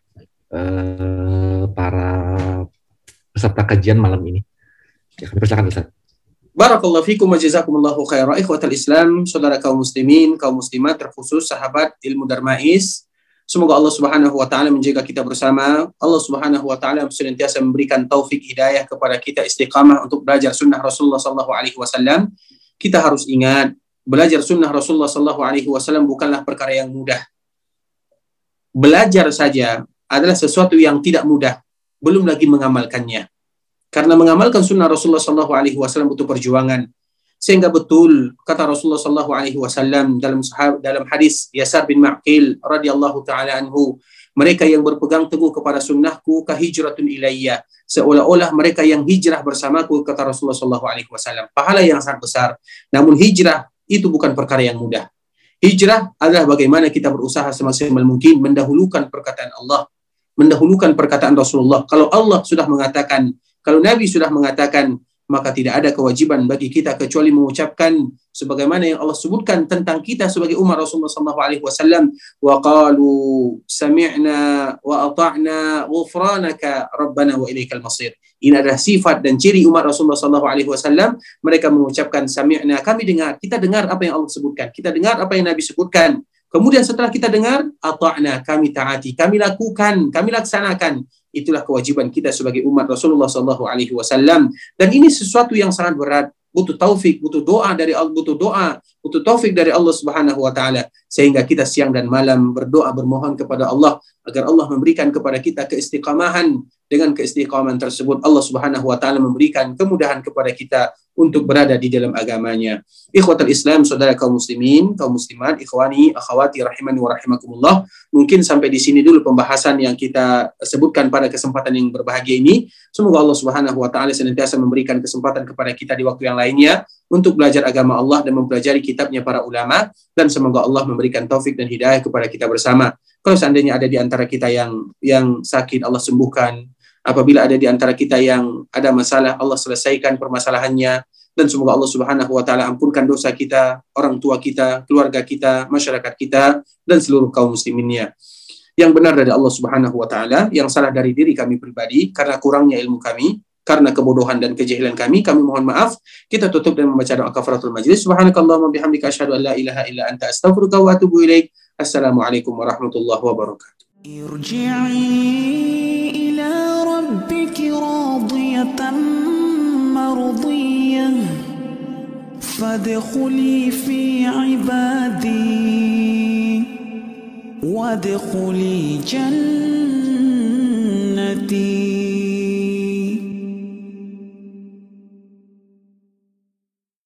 para peserta kajian malam ini. Ya, kami persilakan, Ustaz. Barakallahu fikum wa jazakumullahu khairan. Ikhwatal Islam, saudara kaum muslimin, kaum muslimat, terkhusus sahabat ilmu Darmais. Semoga Allah Subhanahu wa taala menjaga kita bersama. Allah Subhanahu wa taala senantiasa memberikan taufik hidayah kepada kita istiqamah untuk belajar sunnah Rasulullah sallallahu alaihi wasallam. Kita harus ingat, belajar sunnah Rasulullah sallallahu alaihi wasallam bukanlah perkara yang mudah. Belajar saja adalah sesuatu yang tidak mudah, belum lagi mengamalkannya. Karena mengamalkan sunnah Rasulullah sallallahu alaihi wasallam butuh perjuangan. Sehingga betul kata Rasulullah sallallahu alaihi wasallam dalam hadis Yasar bin Ma'qil radhiyallahu taala anhu, mereka yang berpegang teguh kepada sunnahku kahijratun ilayya, seolah-olah mereka yang hijrah bersamaku, kata Rasulullah sallallahu alaihi wasallam. Pahala yang sangat besar. Namun hijrah itu bukan perkara yang mudah. Hijrah adalah bagaimana kita berusaha semaksimal mungkin mendahulukan perkataan Allah, mendahulukan perkataan Rasulullah. Kalau Allah sudah mengatakan, kalau Nabi sudah mengatakan, maka tidak ada kewajiban bagi kita kecuali mengucapkan sebagaimana yang Allah sebutkan tentang kita sebagai umat Rasulullah SAW. Wa qalu sami'na wa ata'na ghufranaka rabbana wa ilaikal masir. Ini adalah sifat dan ciri umat Rasulullah SAW. Mereka mengucapkan sami'na, kami dengar, kita dengar apa yang Allah sebutkan, kita dengar apa yang Nabi sebutkan. Kemudian setelah kita dengar, ata'na, kami taati, kami lakukan, kami laksanakan. Itulah kewajiban kita sebagai umat Rasulullah SAW. Dan ini sesuatu yang sangat berat. Butuh taufik, butuh doa dari Allah, butuh taufik dari Allah Subhanahu wa taala, sehingga kita siang dan malam berdoa, bermohon kepada Allah agar Allah memberikan kepada kita keistiqamahan. Dengan keistiqamahan tersebut Allah Subhanahu wa taala memberikan kemudahan kepada kita untuk berada di dalam agamanya. Ikhwatul Islam, saudara kaum muslimin, kaum muslimat, ikhwani, akhwati rahimani wa rahimakumullah. Mungkin sampai di sini dulu pembahasan yang kita sebutkan pada kesempatan yang berbahagia ini. Semoga Allah Subhanahu wa taala senantiasa memberikan kesempatan kepada kita di waktu yang lainnya untuk belajar agama Allah dan mempelajari kitabnya para ulama, dan semoga Allah memberikan taufik dan hidayah kepada kita bersama. Kalau seandainya ada di antara kita yang sakit, Allah sembuhkan. Apabila ada di antara kita yang ada masalah, Allah selesaikan permasalahannya. Dan semoga Allah Subhanahu wa taala ampunkan dosa kita, orang tua kita, keluarga kita, masyarakat kita, dan seluruh kaum musliminnya. Yang benar dari Allah Subhanahu wa taala, yang salah dari diri kami pribadi karena kurangnya ilmu kami, karena kebodohan dan kejahilan kami mohon maaf. Kita tutup dan membaca doa kafaratul majlis. Subhanakallahumma bihamdika asyhadu an la ilaha illa anta astaghfiruka wa atubu ilaik. Assalamualaikum warahmatullahi wabarakatuh. ارجعي إلى ربك راضية مرضية فادخلي في عبادي وادخلي جنتي